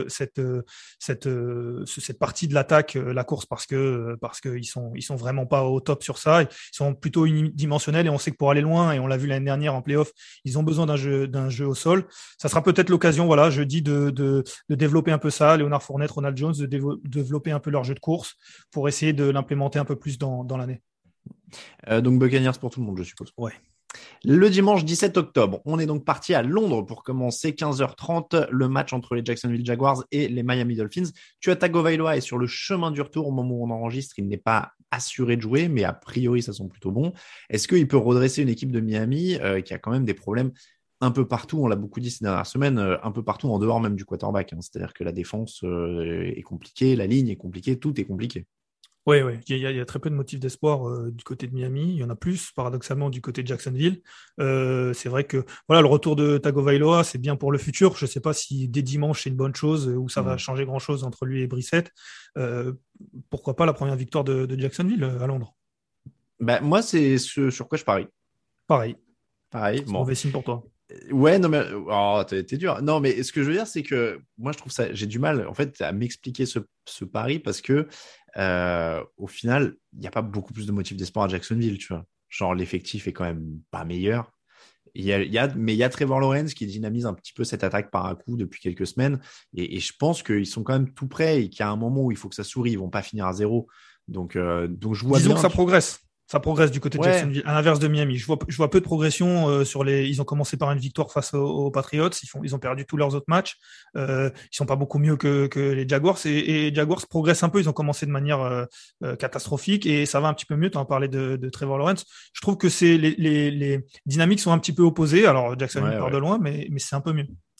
Speaker 7: partie de l'attaque, la course, parce que ils sont vraiment pas au top sur ça. Ils sont plutôt unidimensionnels, et on sait que pour aller loin, et on l'a vu l'année dernière en playoff, ils ont besoin d'un jeu au sol. Ça sera peut-être l'occasion, jeudi, de développer un peu ça. Léonard Fournette, Ronald Jones, de développer un peu leur jeu de course pour essayer de l'implémenter un peu plus dans l'année.
Speaker 6: Donc Buccaneers pour tout le monde, je suppose.
Speaker 7: Ouais.
Speaker 6: Le dimanche 17 octobre, on est donc parti à Londres pour commencer 15h30 le match entre les Jacksonville Jaguars et les Miami Dolphins. Tua Tagovailoa est sur le chemin du retour au moment où on enregistre. Il n'est pas assuré de jouer, mais a priori, ça sent plutôt bon. Est-ce qu'il peut redresser une équipe de Miami qui a quand même des problèmes un peu partout, on l'a beaucoup dit ces dernières semaines, un peu partout en dehors même du quarterback. C'est-à-dire que la défense est compliquée, la ligne est compliquée, tout est compliqué.
Speaker 7: Oui. Il y a très peu de motifs d'espoir du côté de Miami. Il y en a plus, paradoxalement, du côté de Jacksonville. C'est vrai que le retour de Tagovailoa, c'est bien pour le futur. Je ne sais pas si dès dimanche, c'est une bonne chose ou ça va changer grand-chose entre lui et Brissett. Pourquoi pas la première victoire de Jacksonville à Londres?
Speaker 6: Moi, c'est ce sur quoi je parie.
Speaker 7: Pareil.
Speaker 6: C'est
Speaker 7: mauvais signe pour toi.
Speaker 6: Ouais, non, mais t'es dur. Non, mais ce que je veux dire, c'est que moi, je trouve ça, j'ai du mal, en fait, à m'expliquer ce pari parce que, au final, il n'y a pas beaucoup plus de motifs d'espoir à Jacksonville, tu vois. Genre, l'effectif est quand même pas meilleur. Mais il y a Trevor Lawrence qui dynamise un petit peu cette attaque par à coup depuis quelques semaines. Et je pense qu'ils sont quand même tout prêts et qu'il y a un moment où il faut que ça sourie. Ils vont pas finir à 0. Donc je vois
Speaker 7: Disons
Speaker 6: bien
Speaker 7: que ça progresse. Ça progresse du côté de Jacksonville, à l'inverse de Miami. Je vois peu de progression sur les. Ils ont commencé par une victoire face aux Patriots. Ils ont perdu tous leurs autres matchs. Ils sont pas beaucoup mieux que les Jaguars. Et les Jaguars progressent un peu. Ils ont commencé de manière catastrophique et ça va un petit peu mieux. Tu en parlais de Trevor Lawrence. Je trouve que les dynamiques sont un petit peu opposées. Alors Jacksonville part de loin, mais c'est un peu mieux.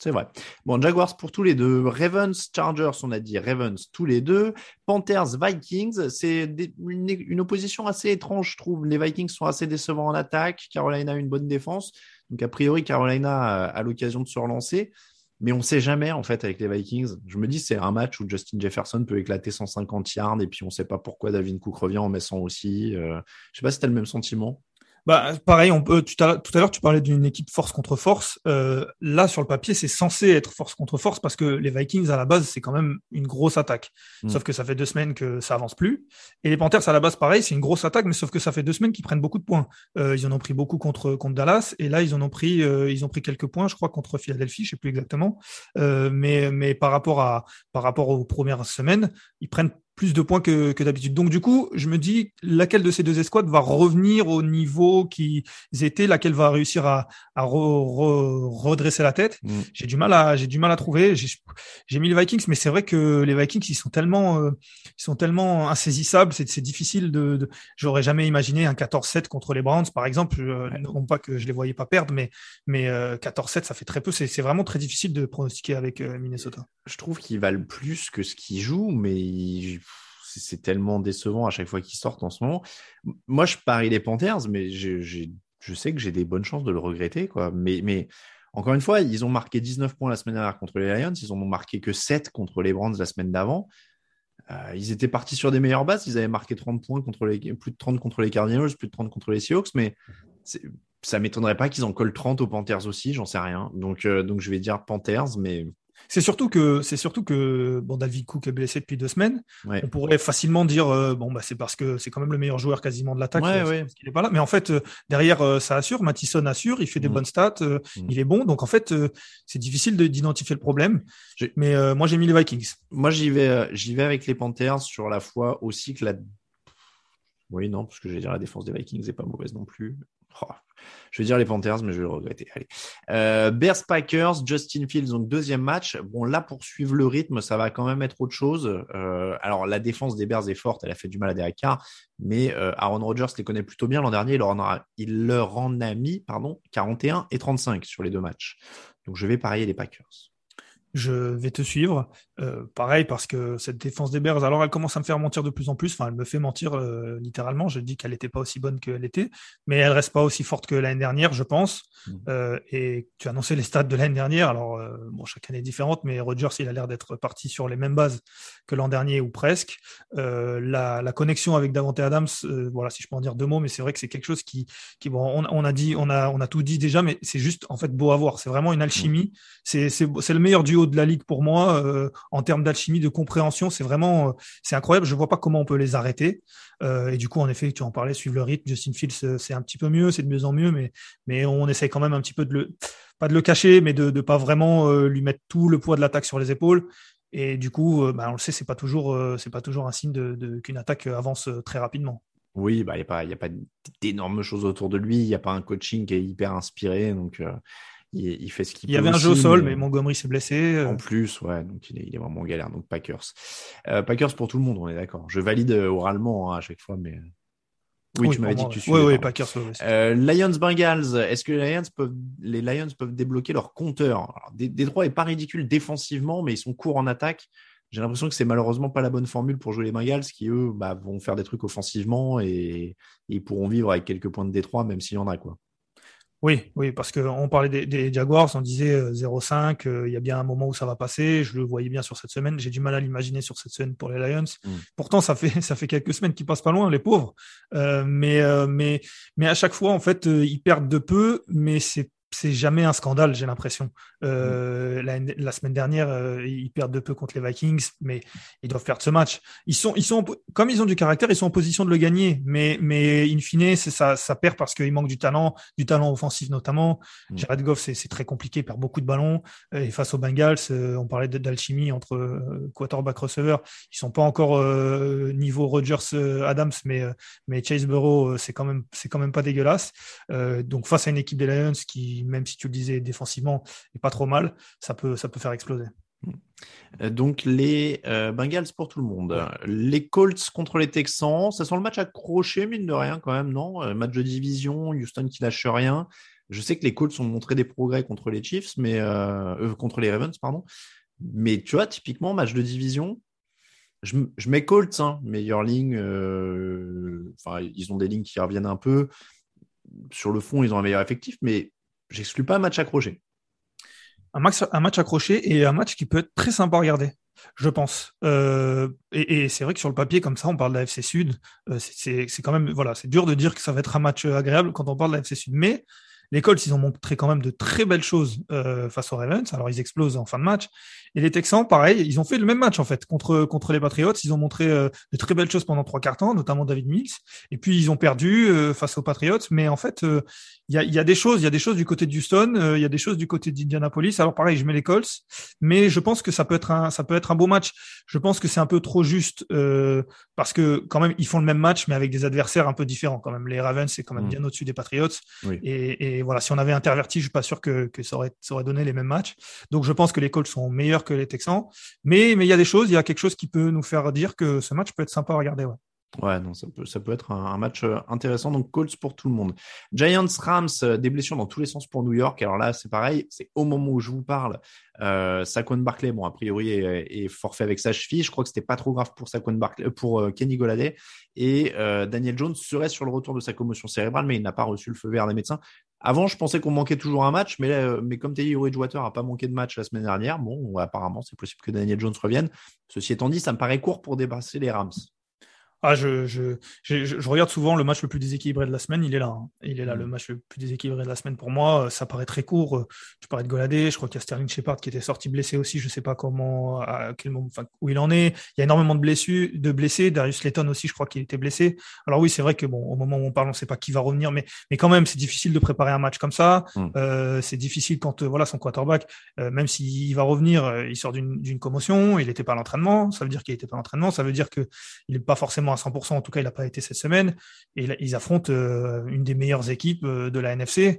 Speaker 6: C'est vrai. Bon, Jaguars pour tous les deux. Ravens, Chargers, on a dit Ravens tous les deux. Panthers, Vikings, c'est une opposition assez étrange, je trouve. Les Vikings sont assez décevants en attaque. Carolina a une bonne défense. Donc, a priori, Carolina a l'occasion de se relancer. Mais on ne sait jamais, en fait, avec les Vikings. Je me dis, c'est un match où Justin Jefferson peut éclater 150 yards et puis on ne sait pas pourquoi Dalvin Cook revient en mettant aussi. Je ne sais pas si tu as le même sentiment.
Speaker 7: Bah, pareil, tout à l'heure, tu parlais d'une équipe force contre force. Là, sur le papier, c'est censé être force contre force parce que les Vikings, à la base, c'est quand même une grosse attaque. Sauf que ça fait 2 semaines que ça avance plus. Et les Panthers, à la base, pareil, c'est une grosse attaque, mais sauf que ça fait 2 semaines qu'ils prennent beaucoup de points. Ils en ont pris beaucoup contre Dallas. Et là, ils ont pris quelques points, je crois, contre Philadelphie, je sais plus exactement. Mais par rapport aux premières semaines, ils prennent plus de points que d'habitude. Donc, du coup, je me dis, laquelle de ces deux escouades va revenir au niveau qu'ils étaient, laquelle va réussir à redresser la tête. J'ai du mal à trouver. J'ai mis les Vikings, mais c'est vrai que les Vikings, ils sont tellement insaisissables. C'est difficile j'aurais jamais imaginé un 14-7 contre les Browns, par exemple. Non pas que je les voyais pas perdre, mais 14-7, ça fait très peu. C'est vraiment très difficile de pronostiquer avec Minnesota.
Speaker 6: Je trouve qu'ils valent plus que ce qu'ils jouent, mais c'est tellement décevant à chaque fois qu'ils sortent en ce moment. Moi, je parie les Panthers, mais je sais que j'ai des bonnes chances de le regretter, quoi. Mais encore une fois, ils ont marqué 19 points la semaine dernière contre les Lions. Ils en ont marqué que 7 contre les Browns la semaine d'avant. Ils étaient partis sur des meilleures bases. Ils avaient marqué 30 points plus de 30 contre les Cardinals, plus de 30 contre les Seahawks, mais ça m'étonnerait pas qu'ils en collent 30 aux Panthers aussi, j'en sais rien. Donc je vais dire Panthers, mais
Speaker 7: c'est surtout que bon, Dalvin Cook est blessé depuis 2 semaines. Ouais. On pourrait facilement dire c'est parce que c'est quand même le meilleur joueur quasiment de l'attaque, parce qu'il est pas là. Mais en fait derrière ça assure, Mattison assure, il fait des bonnes stats, il est bon. Donc en fait c'est difficile d'identifier le problème. Mais moi j'ai mis les Vikings.
Speaker 6: Moi j'y vais avec les Panthers sur la foi aussi que oui non parce que je vais dire la défense des Vikings n'est pas mauvaise non plus. Je vais dire les Panthers, mais je vais le regretter. Allez. Bears Packers, Justin Fields, donc 2e match. Bon, là, pour suivre le rythme, ça va quand même être autre chose. Alors, la défense des Bears est forte, elle a fait du mal à Derek Carr, mais Aaron Rodgers les connaît plutôt bien. L'an dernier, il leur en a mis 41 et 35 sur les 2 matchs. Donc, je vais parier les Packers.
Speaker 7: Je vais te suivre. Pareil, parce que cette défense des Bears, alors elle commence à me faire mentir de plus en plus. Enfin, elle me fait mentir littéralement. Je dis qu'elle n'était pas aussi bonne qu'elle était, mais elle reste pas aussi forte que l'année dernière, je pense. Et tu as annoncé les stats de l'année dernière. Alors, chaque année est différente, mais Rodgers, il a l'air d'être parti sur les mêmes bases que l'an dernier ou presque. La connexion avec Davante Adams, voilà, si je peux en dire 2 mots, mais c'est vrai que c'est quelque chose qui bon, on a tout dit déjà, mais c'est juste en fait beau à voir. C'est vraiment une alchimie. C'est le meilleur duo de la ligue pour moi en termes d'alchimie, de compréhension. C'est vraiment c'est incroyable. Je vois pas comment on peut les arrêter. Et du coup, en effet, tu en parlais, suivre le rythme. Justin Fields, c'est un petit peu mieux, c'est de mieux en mieux, mais on essaye quand même un petit peu pas de le cacher, mais de pas vraiment lui mettre tout le poids de l'attaque sur les épaules. Et du coup, on le sait, c'est pas toujours un signe qu'une attaque avance très rapidement.
Speaker 6: Oui, il y a pas d'énormes choses autour de lui. Il y a pas un coaching qui est hyper inspiré, donc. Il fait ce qu'il peut.
Speaker 7: Il y avait un jeu au sol, mais Montgomery s'est blessé.
Speaker 6: En plus, ouais, donc il est vraiment en galère. Donc Packers. Packers pour tout le monde, on est d'accord. Je valide oralement à chaque fois, mais. Oui, tu m'avais dit que tu suivais.
Speaker 7: Oui, Packers.
Speaker 6: Lions Bengals, est-ce que les Lions peuvent débloquer leur compteur? Alors, Détroit est pas ridicule défensivement, mais ils sont courts en attaque. J'ai l'impression que c'est malheureusement pas la bonne formule pour jouer les Bengals, qui eux vont faire des trucs offensivement et ils pourront vivre avec quelques points de Détroit, même s'il y en a quoi.
Speaker 7: Oui, parce qu'on parlait des Jaguars, on disait 0-5, il y a bien un moment où ça va passer, je le voyais bien sur cette semaine, j'ai du mal à l'imaginer sur cette semaine pour les Lions. Pourtant, ça fait quelques semaines qu'ils passent pas loin, les pauvres. Mais à chaque fois, en fait, ils perdent de peu, mais c'est jamais un scandale, j'ai l'impression. La semaine dernière, ils perdent de peu contre les Vikings, mais ils doivent perdre ce match. Ils sont comme ils ont du caractère, ils sont en position de le gagner, mais in fine, ça perd parce qu'il manque du talent offensif notamment. Jared Goff, c'est très compliqué, il perd beaucoup de ballons. Et face aux Bengals, on parlait d'alchimie entre quarterback receiver. Ils sont pas encore niveau Rodgers, Adams, mais Chase Burrow, c'est quand même pas dégueulasse. Donc face à une équipe des Lions qui, même si tu le disais défensivement, est pas trop mal, ça peut faire exploser.
Speaker 6: Donc les Bengals pour tout le monde. Ouais. Les Colts contre les Texans, ça sent le match accroché mine de rien quand même, non? Match de division, Houston qui lâche rien. Je sais que les Colts ont montré des progrès contre les Chiefs, mais contre les Ravens, pardon. Mais tu vois, typiquement, match de division, je mets Colts, hein, meilleure ligne. Ils ont des lignes qui reviennent un peu. Sur le fond, ils ont un meilleur effectif, mais j'exclus pas un match accroché.
Speaker 7: Un match accroché et un match qui peut être très sympa à regarder, je pense. Et c'est vrai que sur le papier, comme ça, on parle de la FC Sud. C'est quand même, voilà, c'est dur de dire que ça va être un match agréable quand on parle de la FC Sud. Mais les Colts, ils ont montré quand même de très belles choses face aux Ravens. Alors, ils explosent en fin de match. Et les Texans, pareil, ils ont fait le même match, en fait, contre les Patriots. Ils ont montré de très belles choses pendant 3 quarts temps, notamment David Mills. Et puis, ils ont perdu face aux Patriots. Mais en fait, il y a des choses du côté de Houston. Il y a des choses du côté d'Indianapolis. Alors, pareil, je mets les Colts. Mais je pense que ça peut être un beau match. Je pense que c'est un peu trop juste parce que, quand même, ils font le même match, mais avec des adversaires un peu différents, quand même. Les Ravens, c'est quand même bien au-dessus des Patriots.
Speaker 6: Oui.
Speaker 7: Et voilà, si on avait interverti, je suis pas sûr que ça aurait donné les mêmes matchs. Donc, je pense que les Colts sont meilleurs que les Texans. Mais il y a quelque chose qui peut nous faire dire que ce match peut être sympa à regarder, ouais.
Speaker 6: Ouais, non, ça peut être un match intéressant. Donc, Colts pour tout le monde. Giants, Rams, des blessures dans tous les sens pour New York. Alors là, c'est pareil. C'est au moment où je vous parle. Saquon Barkley, bon, a priori, est forfait avec sa cheville. Je crois que c'était pas trop grave pour Saquon Barkley, pour Kenny Golladay. Et Daniel Jones serait sur le retour de sa commotion cérébrale, mais il n'a pas reçu le feu vert des médecins. Avant, je pensais qu'on manquait toujours un match, mais comme Teddy Bridgewater a pas manqué de match la semaine dernière, bon, apparemment, c'est possible que Daniel Jones revienne. Ceci étant dit, ça me paraît court pour dépasser les Rams.
Speaker 7: Ah, je regarde souvent le match le plus déséquilibré de la semaine. Il est là. Hein. Il est là, le match le plus déséquilibré de la semaine pour moi. Ça paraît très court. Tu parlais de Golladay. Je crois qu'il y a Sterling Shepard qui était sorti blessé aussi. Je sais pas comment, à quel moment, enfin, où il en est. Il y a énormément de blessés. Darius Slayton aussi, je crois qu'il était blessé. Alors oui, c'est vrai que bon, au moment où on parle, on sait pas qui va revenir, mais quand même, c'est difficile de préparer un match comme ça. C'est difficile quand, voilà, son quarterback, même s'il va revenir, il sort d'une commotion. Il était pas à l'entraînement. Ça veut dire qu'il était pas à l'entraînement. Ça veut dire que il est pas forcément à 100%, en tout cas il n'a pas été cette semaine, et ils affrontent une des meilleures équipes de la NFC.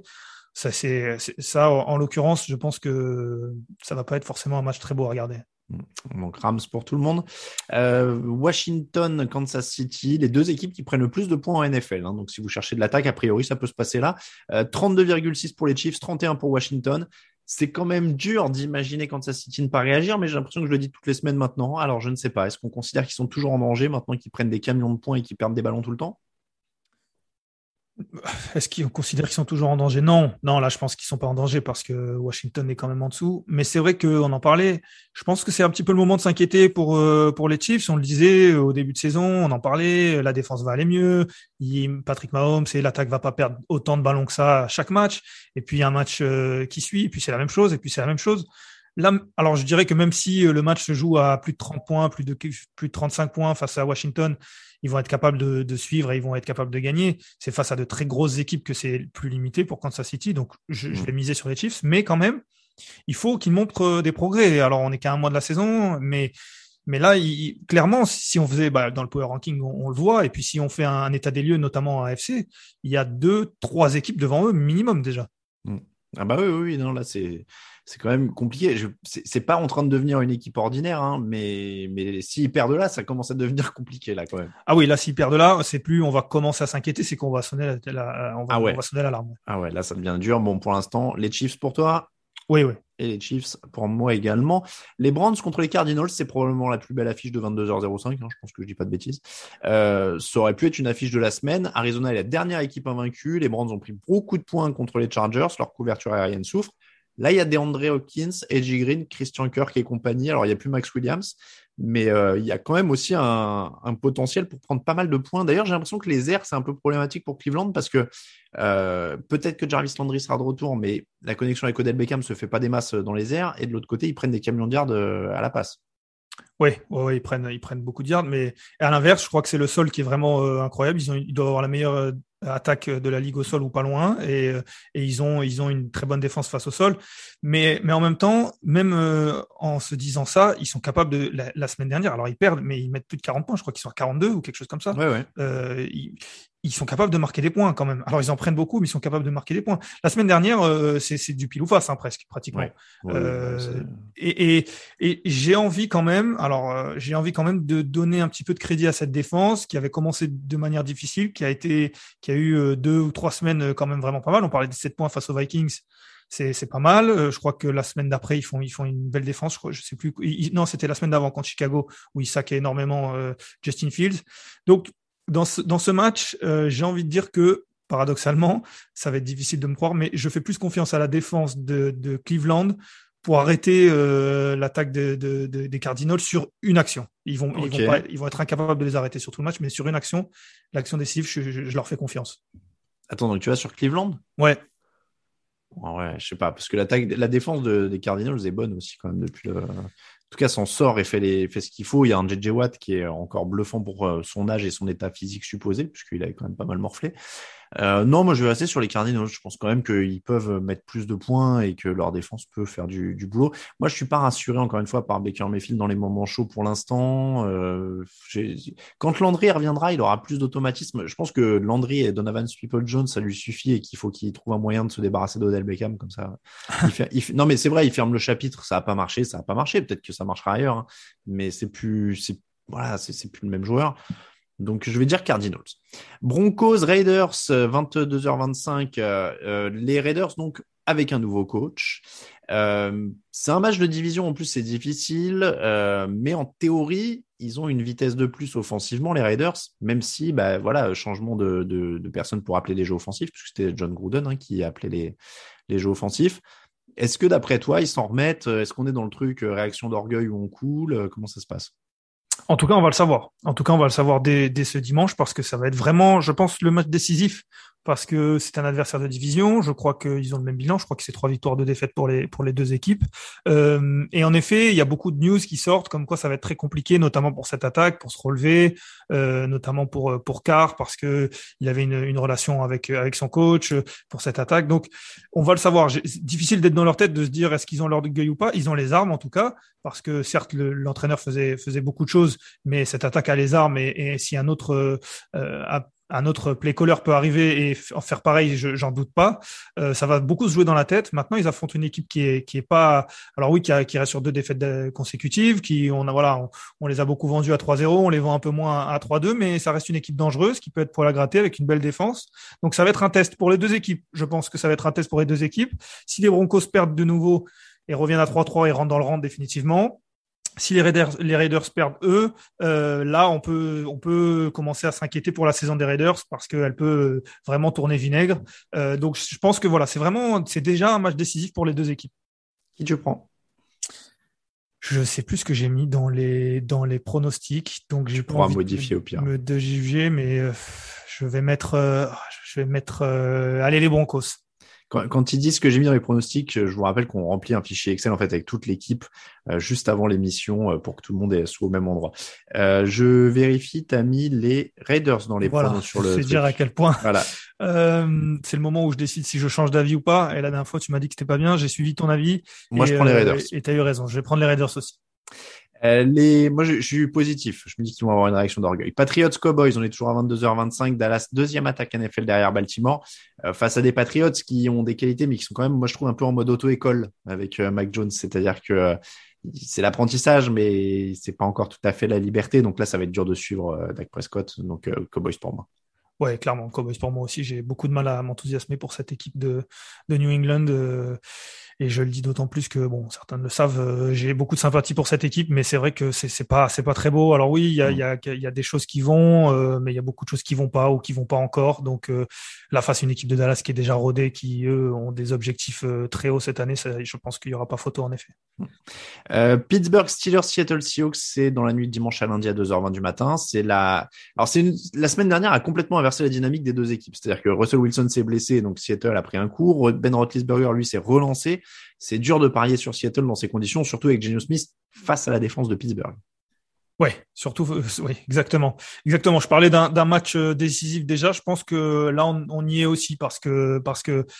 Speaker 7: Ça, en l'occurrence, je pense que ça va pas être forcément un match très beau à regarder.
Speaker 6: Donc Rams pour tout le monde. Washington, Kansas City, les deux équipes qui prennent le plus de points en NFL, hein. Donc si vous cherchez de l'attaque, a priori ça peut se passer là. 32,6 pour les Chiefs, 31 pour Washington. C'est quand même dur d'imaginer Kansas City ne pas réagir, mais j'ai l'impression que je le dis toutes les semaines maintenant. Alors, je ne sais pas. Est-ce qu'on considère qu'ils sont toujours en danger maintenant qu'ils prennent des camions de points et qu'ils perdent des ballons tout le temps?
Speaker 7: Est-ce qu'on considère qu'ils sont toujours en danger? Non, là, je pense qu'ils sont pas en danger parce que Washington est quand même en dessous. Mais c'est vrai qu'on en parlait. Je pense que c'est un petit peu le moment de s'inquiéter pour les Chiefs. On le disait au début de saison, on en parlait. La défense va aller mieux. Patrick Mahomes et l'attaque va pas perdre autant de ballons que ça à chaque match. Et puis il y a un match qui suit. Et puis c'est la même chose. Et puis c'est la même chose. Là, alors je dirais que même si le match se joue à plus de 30 points, plus de 35 points face à Washington, ils vont être capables de suivre et ils vont être capables de gagner. C'est face à de très grosses équipes que c'est plus limité pour Kansas City. Donc, je vais miser sur les Chiefs. Mais quand même, il faut qu'ils montrent des progrès. Alors, on n'est qu'à un mois de la saison, mais là, clairement, si on faisait dans le power ranking, on le voit. Et puis, si on fait un état des lieux, notamment en AFC, il y a 2-3 équipes devant eux minimum déjà.
Speaker 6: Ah bah oui, non, là c'est quand même compliqué. C'est pas en train de devenir une équipe ordinaire, hein, mais s'ils perdent là, ça commence à devenir compliqué là quand même.
Speaker 7: Ah oui, là s'ils perdent là, c'est plus on va commencer à s'inquiéter, c'est qu'on va sonner on va sonner l'alarme.
Speaker 6: Ah ouais, là ça devient dur. Bon, pour l'instant, les Chiefs pour toi?
Speaker 7: Oui.
Speaker 6: Et les Chiefs pour moi également. Les Browns contre les Cardinals, c'est probablement la plus belle affiche de 22h05, hein, je pense que je dis pas de bêtises. Ça aurait pu être une affiche de la semaine. Arizona est la dernière équipe invaincue. Les Browns ont pris beaucoup de points contre les Chargers. Leur couverture aérienne souffre. Là, il y a DeAndre Hopkins, AJ Green, Christian Kirk et compagnie. Alors, il n'y a plus Max Williams, mais il y a quand même aussi un potentiel pour prendre pas mal de points. D'ailleurs, j'ai l'impression que les airs, c'est un peu problématique pour Cleveland parce que peut-être que Jarvis Landry sera de retour, mais la connexion avec Odell Beckham se fait pas des masses dans les airs. Et de l'autre côté, ils prennent des camions de yards à la passe.
Speaker 7: Oui, ils prennent beaucoup de yards, mais à l'inverse, je crois que c'est le sol qui est vraiment incroyable. Ils doivent avoir la meilleure attaque de la ligue au sol ou pas loin, et ils ont une très bonne défense face au sol. Mais en même temps, même en se disant ça, ils sont capables de la semaine dernière. Alors ils perdent, mais ils mettent plus de 40 points. Je crois qu'ils sont à 42 ou quelque chose comme ça.
Speaker 6: Ouais.
Speaker 7: ils sont capables de marquer des points quand même. Alors, ils en prennent beaucoup, mais ils sont capables de marquer des points. La semaine dernière, c'est du pile ou face, presque, pratiquement.
Speaker 6: Ouais.
Speaker 7: Et j'ai envie quand même, de donner un petit peu de crédit à cette défense qui avait commencé de manière difficile, qui a eu 2 ou 3 semaines quand même vraiment pas mal. On parlait de 7 points face aux Vikings. C'est pas mal. Je crois que la semaine d'après, ils font une belle défense. Je sais plus. Non, c'était la semaine d'avant contre Chicago où ils saccaient énormément Justin Fields. Donc, dans ce match, j'ai envie de dire que, paradoxalement, ça va être difficile de me croire, mais je fais plus confiance à la défense de Cleveland pour arrêter l'attaque des Cardinals sur une action. Ils vont être incapables de les arrêter sur tout le match, mais sur une action, l'action décisive, je leur fais confiance.
Speaker 6: Attends, donc tu vas sur Cleveland ?
Speaker 7: Ouais.
Speaker 6: Ouais, je sais pas, parce que la défense des Cardinals est bonne aussi quand même depuis le. En tout cas, s'en sort et fait ce qu'il faut. Il y a un JJ Watt qui est encore bluffant pour son âge et son état physique supposé, puisqu'il a quand même pas mal morflé. Non, moi je vais rester sur les Cardinals. Je pense quand même qu'ils peuvent mettre plus de points et que leur défense peut faire du boulot. Moi, je suis pas rassuré encore une fois par Baker Mayfield dans les moments chauds pour l'instant. Quand Landry reviendra, il aura plus d'automatisme. Je pense que Landry et Donovan Peoples-Jones, ça lui suffit et qu'il faut qu'il trouve un moyen de se débarrasser d'Odell Beckham comme ça. Non, mais c'est vrai, il ferme le chapitre. Ça a pas marché. Peut-être que ça marchera ailleurs, hein. Mais c'est plus le même joueur. Donc, je vais dire Cardinals. Broncos, Raiders, 22h25. Les Raiders, donc, avec un nouveau coach. C'est un match de division, en plus, c'est difficile. Mais en théorie, ils ont une vitesse de plus offensivement, les Raiders, même si, changement de personne pour appeler les jeux offensifs, puisque c'était John Gruden qui appelait les jeux offensifs. Est-ce que, d'après toi, ils s'en remettent ? Est-ce qu'on est dans le truc réaction d'orgueil où on coule ? Comment ça se passe ?
Speaker 7: En tout cas, on va le savoir. Dès ce dimanche parce que ça va être vraiment, je pense, le match décisif parce que c'est un adversaire de division. Je crois qu'ils ont le même bilan. Je crois que c'est 3 victoires, 2 défaites pour les deux équipes. Et en effet, il y a beaucoup de news qui sortent comme quoi ça va être très compliqué, notamment pour cette attaque, pour se relever, notamment pour Carr parce que il avait une relation avec son coach pour cette attaque. Donc, on va le savoir. C'est difficile d'être dans leur tête de se dire est-ce qu'ils ont l'orgueil ou pas. Ils ont les armes en tout cas parce que certes l'entraîneur faisait beaucoup de choses, mais cette attaque a les armes et si un autre play caller peut arriver et en faire pareil, j'en doute pas. Ça va beaucoup se jouer dans la tête. Maintenant, ils affrontent une équipe qui est pas, alors oui, qui reste sur 2 défaites consécutives, on les a beaucoup vendus à 3-0, on les vend un peu moins à 3-2, mais ça reste une équipe dangereuse qui peut être pour la gratter avec une belle défense. Donc, ça va être un test pour les 2 équipes. Je pense que ça va être un test pour les 2 équipes. Si les Broncos perdent de nouveau et reviennent à 3-3 et rentrent dans le rang définitivement, si les Raiders perdent eux, là on peut commencer à s'inquiéter pour la saison des Raiders parce qu'elle peut vraiment tourner vinaigre. Donc je pense que c'est déjà un match décisif pour les 2 équipes.
Speaker 6: Qui tu prends ?
Speaker 7: Je sais plus ce que j'ai mis dans les pronostics, donc j'ai pas envie
Speaker 6: modifier au pire.
Speaker 7: de juger, mais je vais mettre allez les Broncos.
Speaker 6: Quand ils disent ce que j'ai mis dans les pronostics, je vous rappelle qu'on remplit un fichier Excel en fait avec toute l'équipe juste avant l'émission pour que tout le monde soit au même endroit. Je vérifie, t'as mis les Raiders dans les pronos sur le truc.
Speaker 7: C'est dire à quel point.
Speaker 6: Voilà.
Speaker 7: C'est le moment où je décide si je change d'avis ou pas. Et la dernière fois, tu m'as dit que c'était pas bien. J'ai suivi ton avis.
Speaker 6: Moi, je prends les Raiders.
Speaker 7: Et t'as eu raison. Je vais prendre les Raiders aussi.
Speaker 6: Moi, je suis positif. Je me dis qu'ils vont avoir une réaction d'orgueil. Patriots, Cowboys, on est toujours à 22h25. Dallas, 2e attaque NFL derrière Baltimore. Face à des Patriots qui ont des qualités, mais qui sont quand même, moi, je trouve, un peu en mode auto-école avec Mac Jones. C'est-à-dire que c'est l'apprentissage, mais c'est pas encore tout à fait la liberté. Donc là, ça va être dur de suivre Dak Prescott. Donc, Cowboys pour moi.
Speaker 7: Ouais, clairement, Cowboys pour moi aussi. J'ai beaucoup de mal à m'enthousiasmer pour cette équipe de New England. Et je le dis d'autant plus que, certains le savent, j'ai beaucoup de sympathie pour cette équipe, mais c'est vrai que c'est pas très beau. Alors oui, il y a des choses qui vont, mais il y a beaucoup de choses qui vont pas ou qui vont pas encore. Donc là, face à une équipe de Dallas qui est déjà rodée, qui eux ont des objectifs très hauts cette année, je pense qu'il y aura pas photo en effet.
Speaker 6: Pittsburgh Steelers, Seattle Seahawks, c'est dans la nuit de dimanche à lundi à 2h20 du matin. La semaine dernière a complètement inversé la dynamique des 2 équipes. C'est-à-dire que Russell Wilson s'est blessé, donc Seattle a pris un coup. Ben Roethlisberger, lui, s'est relancé. C'est dur de parier sur Seattle dans ces conditions, surtout avec Geno Smith face à la défense de Pittsburgh.
Speaker 7: Ouais, surtout, oui, exactement. Je parlais d'un match décisif déjà. Je pense que là, on y est aussi parce que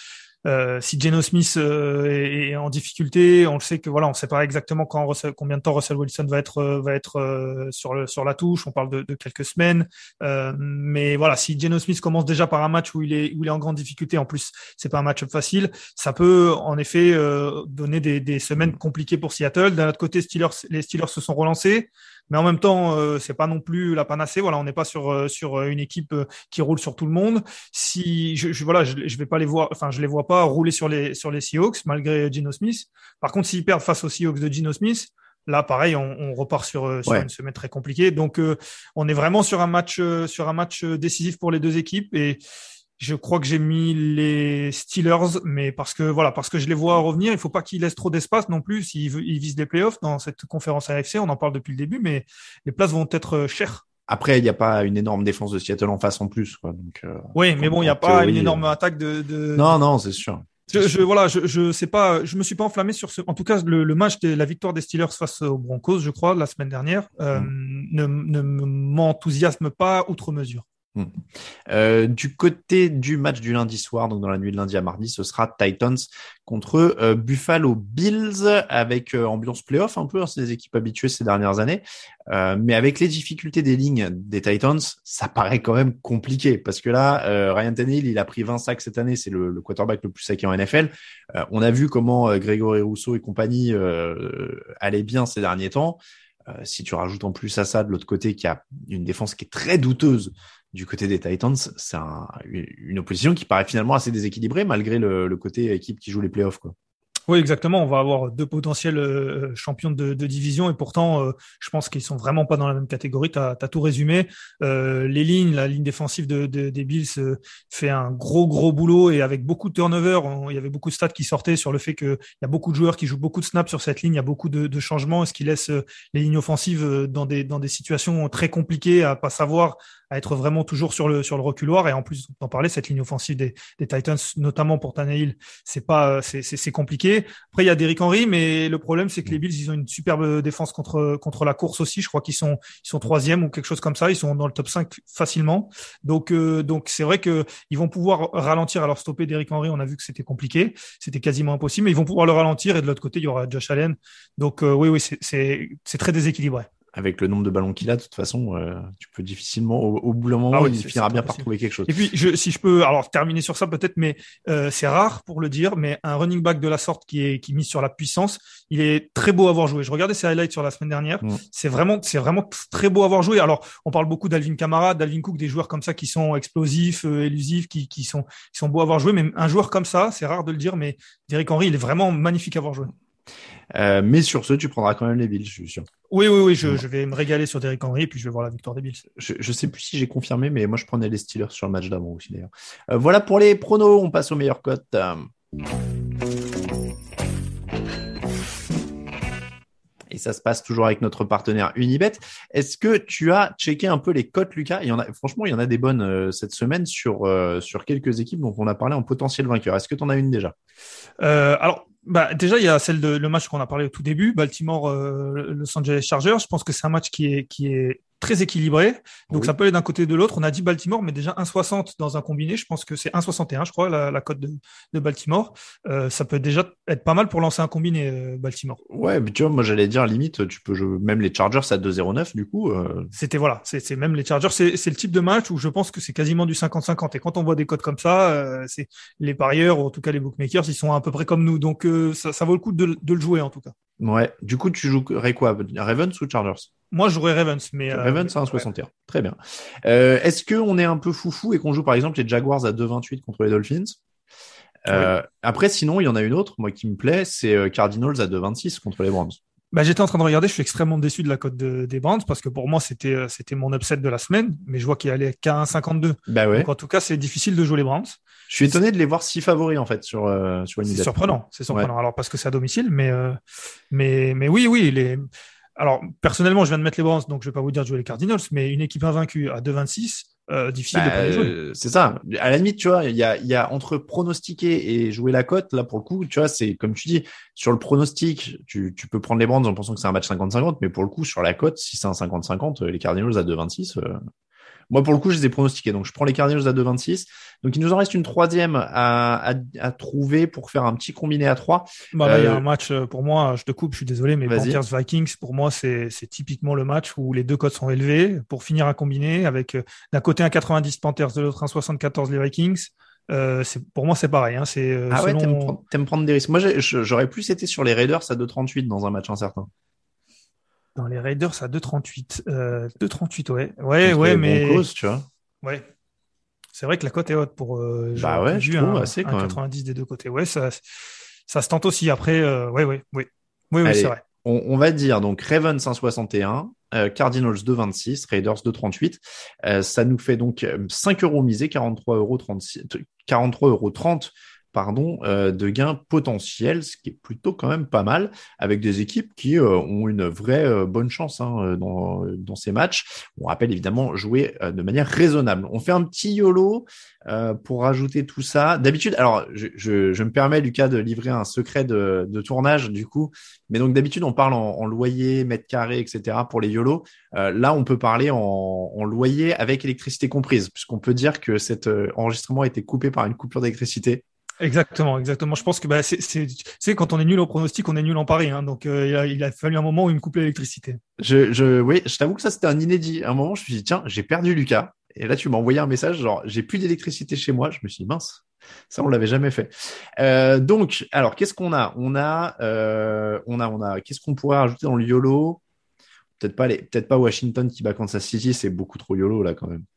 Speaker 7: Si Geno Smith est en difficulté, on le sait que voilà, on sait pas exactement combien de temps Russell Wilson va être sur la touche. On parle de quelques semaines, mais voilà, si Geno Smith commence déjà par un match où il est en grande difficulté, en plus c'est pas un match facile, ça peut en effet donner des semaines compliquées pour Seattle. D'un autre côté, les Steelers se sont relancés. Mais en même temps, c'est pas non plus la panacée. Voilà, on n'est pas sur une équipe qui roule sur tout le monde. Si je vais pas les voir, enfin je les vois pas rouler sur les Seahawks malgré Geno Smith. Par contre, s'ils perdent face aux Seahawks de Geno Smith, là pareil, on repart sur une semaine très compliquée. Donc on est vraiment sur un match décisif pour les deux équipes et je crois que j'ai mis les Steelers, mais parce que je les vois revenir. Il faut pas qu'ils laissent trop d'espace non plus s'ils visent les playoffs dans cette conférence AFC. On en parle depuis le début, mais les places vont être chères.
Speaker 6: Après, il n'y a pas une énorme défense de Seattle en face en plus, quoi. Donc,
Speaker 7: oui, mais bon, il n'y a pas une énorme attaque de.
Speaker 6: Non, c'est sûr.
Speaker 7: Je sais pas, je me suis pas enflammé sur en tout cas, le match de la victoire des Steelers face aux Broncos, je crois, la semaine dernière, ne m'enthousiasme pas outre mesure.
Speaker 6: Du côté du match du lundi soir, donc dans la nuit de lundi à mardi, ce sera Titans contre Buffalo Bills avec ambiance playoff un peu, hein, c'est des équipes habituées ces dernières années, mais avec les difficultés des lignes des Titans, ça paraît quand même compliqué parce que là, Ryan Tannehill, il a pris 20 sacs cette année, c'est le quarterback le plus saqué en NFL. On a vu comment Grégory Rousseau et compagnie allaient bien ces derniers temps. Si tu rajoutes en plus à ça de l'autre côté qu'il y a une défense qui est très douteuse du côté des Titans, c'est une opposition qui paraît finalement assez déséquilibrée malgré le côté équipe qui joue les playoffs, quoi.
Speaker 7: Oui, exactement. On va avoir deux potentiels champions de division et pourtant, je pense qu'ils sont vraiment pas dans la même catégorie. T'as tout résumé. La ligne défensive des Bills fait un gros boulot et avec beaucoup de turnover. Il y avait beaucoup de stats qui sortaient sur le fait qu'il y a beaucoup de joueurs qui jouent beaucoup de snaps sur cette ligne. Il y a beaucoup de changements, ce qui laisse les lignes offensives dans des situations très compliquées à pas savoir, à être vraiment toujours sur le reculoir. Et en plus d'en parler, cette ligne offensive des Titans, notamment pour Tannehill, c'est compliqué. Après, il y a Derrick Henry, mais le problème, c'est que les Bills, ils ont une superbe défense contre la course aussi. Je crois qu'ils sont troisième ou quelque chose comme ça. Ils sont dans le top 5 facilement. Donc c'est vrai que ils vont pouvoir ralentir. Alors, stopper Derrick Henry, on a vu que c'était compliqué. C'était quasiment impossible, mais ils vont pouvoir le ralentir. Et de l'autre côté, il y aura Josh Allen. Donc, oui, c'est très déséquilibré.
Speaker 6: Avec le nombre de ballons qu'il a, de toute façon, tu peux difficilement, au bout d'un moment, il finira bien par trouver quelque chose.
Speaker 7: Et puis, si je peux, alors terminer sur ça peut-être, mais c'est rare pour le dire, mais un running back de la sorte qui mise sur la puissance, il est très beau à voir jouer. Je regardais ses highlights sur la semaine dernière, c'est vraiment très beau à voir jouer. Alors, on parle beaucoup d'Alvin Kamara, d'Alvin Cook, des joueurs comme ça qui sont explosifs, élusifs, qui sont beaux à voir jouer. Mais un joueur comme ça, c'est rare de le dire, mais Derrick Henry, il est vraiment magnifique à voir jouer.
Speaker 6: Mais sur ce, tu prendras quand même les Bills, je suis sûr.
Speaker 7: Oui, je vais me régaler sur Derrick Henry et puis je vais voir la victoire des Bills.
Speaker 6: Je sais plus si j'ai confirmé, mais moi je prenais les Steelers sur le match d'avant aussi d'ailleurs. Voilà pour les pronos, on passe aux meilleures cotes. Et ça se passe toujours avec notre partenaire Unibet. Est-ce que tu as checké un peu les cotes, Lucas? Franchement, il y en a des bonnes cette semaine sur quelques équipes dont on a parlé en potentiel vainqueur. Est-ce que tu en as une déjà?
Speaker 7: Alors, déjà, il y a le match qu'on a parlé au tout début, Baltimore, Los Angeles Chargers. Je pense que c'est un match qui est très équilibré. Donc, ça peut aller d'un côté ou de l'autre. On a dit Baltimore, mais déjà 1,60 dans un combiné. Je pense que c'est 1,61, je crois, la cote de Baltimore. Ça peut déjà être pas mal pour lancer un combiné, Baltimore.
Speaker 6: Ouais, mais tu vois, moi, j'allais dire, limite, tu peux jouer même les Chargers à 2,09, du coup.
Speaker 7: C'est même les Chargers. C'est le type de match où je pense que c'est quasiment du 50-50. Et quand on voit des cotes comme ça, c'est les parieurs, ou en tout cas les bookmakers, ils sont à peu près comme nous. Donc, ça vaut le coup de le jouer, en tout cas.
Speaker 6: Ouais. Du coup, tu jouerais quoi? Ravens ou Chargers?
Speaker 7: Moi, je jouerais Ravens, mais
Speaker 6: Ravens à 1,61. Ouais. Très bien. Est-ce qu'on est un peu foufou et qu'on joue par exemple les Jaguars à 2,28 contre les Dolphins? Après, sinon, il y en a une autre, moi qui me plaît, c'est Cardinals à 2,26 contre les Browns.
Speaker 7: J'étais en train de regarder, je suis extrêmement déçu de la cote des Browns parce que pour moi, c'était mon upset de la semaine, mais je vois qu'il allait qu'à 1,52.
Speaker 6: Ouais.
Speaker 7: Donc, en tout cas, c'est difficile de jouer les Browns.
Speaker 6: Je suis étonné de les voir si favoris, en fait, sur une
Speaker 7: C'est surprenant. Ouais. Alors, parce que c'est à domicile, mais oui, alors, personnellement, je viens de mettre les Browns, donc je vais pas vous dire de jouer les Cardinals, mais une équipe invaincue à 2,26, difficile de pas les jouer.
Speaker 6: C'est ça. À la limite, tu vois, il y a entre pronostiquer et jouer la cote, là, pour le coup, tu vois, c'est comme tu dis, sur le pronostic, tu peux prendre les Browns en pensant que c'est un match 50-50, mais pour le coup, sur la cote, si c'est un 50-50, les Cardinals à 2,26, Moi, pour le coup, je les ai pronostiqués. Donc, je prends les Cardinals à 2,26. Donc, il nous en reste une troisième à trouver pour faire un petit combiné à 3.
Speaker 7: Là, il y a un match, pour moi, je te coupe, je suis désolé, mais
Speaker 6: Vas-y.
Speaker 7: Panthers-Vikings, pour moi, c'est typiquement le match où les deux cotes sont élevées pour finir un combiné avec d'un côté un 90 Panthers, de l'autre un 74 les Vikings. Pour moi, c'est pareil. Hein,
Speaker 6: ouais, t'aimes prendre des risques. Moi, j'aurais plus été sur les Raiders à 2,38 dans un match incertain.
Speaker 7: Dans les Raiders à 2,38. 2,38, ouais. Ouais, mais.
Speaker 6: Broncos, tu vois.
Speaker 7: Ouais. C'est vrai que la cote est haute pour.
Speaker 6: Ouais, je trouve assez quand même.
Speaker 7: 90 des deux côtés. Ouais, ça se tente aussi. Après, oui,
Speaker 6: Allez,
Speaker 7: c'est vrai.
Speaker 6: On va dire donc Ravens 1,61, Cardinals 2,26, Raiders 2,38. Ça nous fait donc 5 euros misés, 43,30 de gains potentiels, ce qui est plutôt quand même pas mal, avec des équipes qui ont une vraie bonne chance dans ces matchs. On rappelle évidemment jouer de manière raisonnable. On fait un petit YOLO pour rajouter tout ça. D'habitude, alors je me permets, Lucas, de livrer un secret de tournage du coup, mais donc d'habitude on parle en loyer, mètre carré, etc. pour les YOLO. Là, on peut parler en loyer avec électricité comprise, puisqu'on peut dire que cet enregistrement a été coupé par une coupure d'électricité.
Speaker 7: Exactement. Je pense que c'est quand on est nul au pronostic, on est nul en pari. Hein, donc il a fallu un moment où il me coupe l'électricité.
Speaker 6: Oui, je t'avoue que ça c'était un inédit. À un moment, je me suis dit tiens, j'ai perdu Lucas. Et là, tu m'as envoyé un message genre j'ai plus d'électricité chez moi. Je me suis dit mince, ça on l'avait jamais fait. Donc, alors qu'est-ce qu'on a ? On a qu'est-ce qu'on pourrait rajouter dans le YOLO ? Peut-être pas Washington qui bat Kansas City, c'est beaucoup trop YOLO là quand même.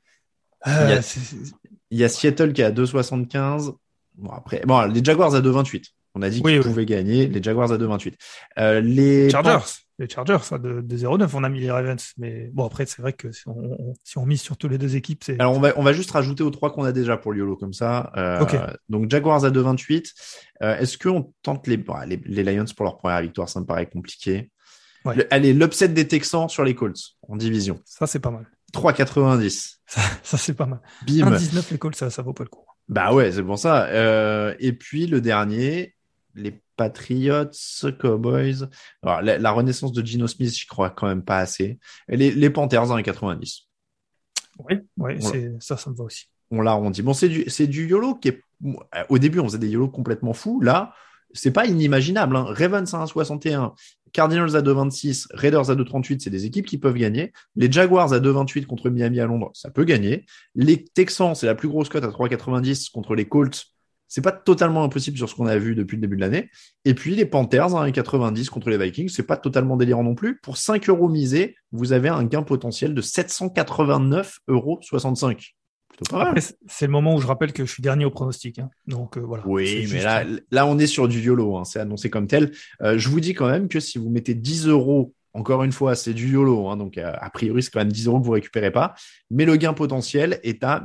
Speaker 6: Il y a Seattle qui est à 2,75. Bon, les Jaguars à 2,28. On a dit qu'ils pouvaient gagner. Les Jaguars à 2,28. Les
Speaker 7: Chargers à 2,09. On a mis les Ravens. Mais bon, après, c'est vrai que si on mise sur toutes les deux équipes, c'est.
Speaker 6: Alors, on va juste rajouter aux 3 qu'on a déjà pour le YOLO, comme ça.
Speaker 7: Okay.
Speaker 6: Donc, Jaguars à 2,28. Est-ce qu'on tente les Lions pour leur première victoire? Ça me paraît compliqué.
Speaker 7: Ouais.
Speaker 6: Allez, l'upset des Texans sur les Colts en division.
Speaker 7: Ça, c'est pas mal.
Speaker 6: 3,90.
Speaker 7: Ça, c'est pas mal.
Speaker 6: Bim.
Speaker 7: 1,19 les Colts, ça vaut pas le coup.
Speaker 6: Bah ouais, c'est pour ça. Et puis le dernier, les Patriots, Cowboys. Alors, la renaissance de Geno Smith, je crois quand même pas assez. Et les Panthers dans les 90.
Speaker 7: Oui, ça me va aussi.
Speaker 6: On l'arrondit. Bon, c'est du YOLO qui est. Au début, on faisait des YOLO complètement fous. Là, c'est pas inimaginable. Hein. Ravens à 1,61, Cardinals à 2,26, Raiders à 2,38, c'est des équipes qui peuvent gagner. Les Jaguars à 2,28 contre Miami à Londres, ça peut gagner. Les Texans, c'est la plus grosse cote à 3,90 contre les Colts. C'est pas totalement impossible sur ce qu'on a vu depuis le début de l'année. Et puis les Panthers à 1,90 contre les Vikings, c'est pas totalement délirant non plus. Pour 5 euros misés, vous avez un gain potentiel de 789,65 €.
Speaker 7: Après, c'est le moment où je rappelle que je suis dernier au pronostic. Hein. Donc voilà.
Speaker 6: Oui, mais là, on est sur du YOLO. Hein. C'est annoncé comme tel. Je vous dis quand même que si vous mettez 10 €, encore une fois, c'est du YOLO. Hein, donc a priori, c'est quand même 10 € que vous récupérez pas. Mais le gain potentiel est à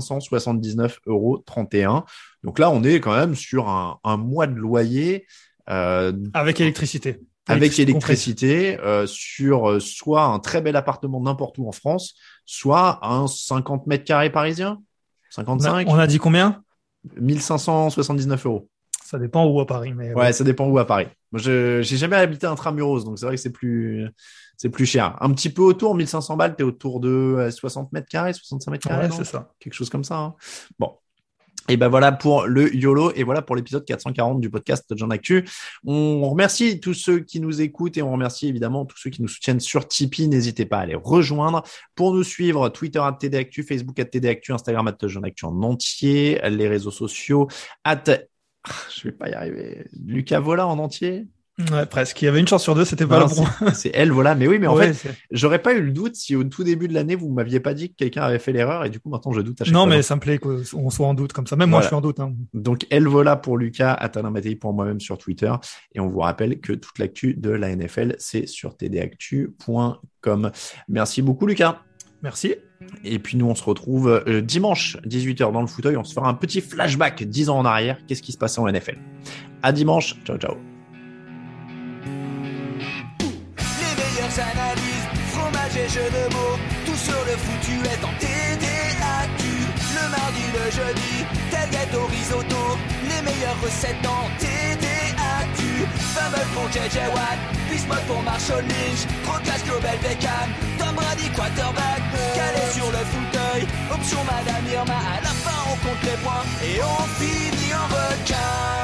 Speaker 6: 1579,31 €. Donc là, on est quand même sur un mois de loyer.
Speaker 7: Avec électricité.
Speaker 6: Avec électricité sur soit un très bel appartement n'importe où en France, soit un 50 mètres carrés parisien. 55.
Speaker 7: On a dit combien?
Speaker 6: 1579 €.
Speaker 7: Ça dépend où à Paris. Mais
Speaker 6: ouais, ça dépend où à Paris. Moi, j'ai jamais habité intramuros, donc c'est vrai que c'est plus cher. Un petit peu autour, 1500 balles, t'es autour de 60 mètres carrés, 65 mètres carrés.
Speaker 7: Ouais, c'est ça.
Speaker 6: Quelque chose comme ça. Hein. Bon. Et ben voilà pour le YOLO et voilà pour l'épisode 440 du podcast Touchdown Actu. On remercie tous ceux qui nous écoutent et on remercie évidemment tous ceux qui nous soutiennent sur Tipeee. N'hésitez pas à les rejoindre pour nous suivre. Twitter @TDActu, Facebook @TDActu, Instagram Touchdown Actu en entier, les réseaux sociaux je vais pas y arriver. Lucas Vola en entier.
Speaker 7: Ouais, presque. Il y avait une chance sur deux, c'était pas là pour moi.
Speaker 6: C'est elle, voilà. Mais oui, mais en fait, j'aurais pas eu le doute si au tout début de l'année, vous m'aviez pas dit que quelqu'un avait fait l'erreur et du coup, maintenant, je doute à chaque fois.
Speaker 7: Non, mais ça me plaît qu'on soit en doute comme ça. Même moi, je suis en doute. Hein.
Speaker 6: Donc, elle voilà pour Lucas, Alain Mattei pour moi-même sur Twitter. Et on vous rappelle que toute l'actu de la NFL, c'est sur tdactu.com. Merci beaucoup, Lucas.
Speaker 7: Merci.
Speaker 6: Et puis nous, on se retrouve dimanche, 18h dans le fauteuil. On se fera un petit flashback 10 ans en arrière. Qu'est-ce qui se passait en NFL? À dimanche. Ciao, ciao.
Speaker 10: Analyse, fromage et jeux de mots, tout sur le foutu est en TDAQ. Le mardi, le jeudi, tailgate au risotto, les meilleures recettes dans TDAQ. Fumble pour JJ Watt, Bismuth pour Marshall Lynch, Procas Global Beckham, Tom Brady quarterback, calé sur le fauteuil, sur Madame Irma. À la fin, on compte les points et on finit en requin.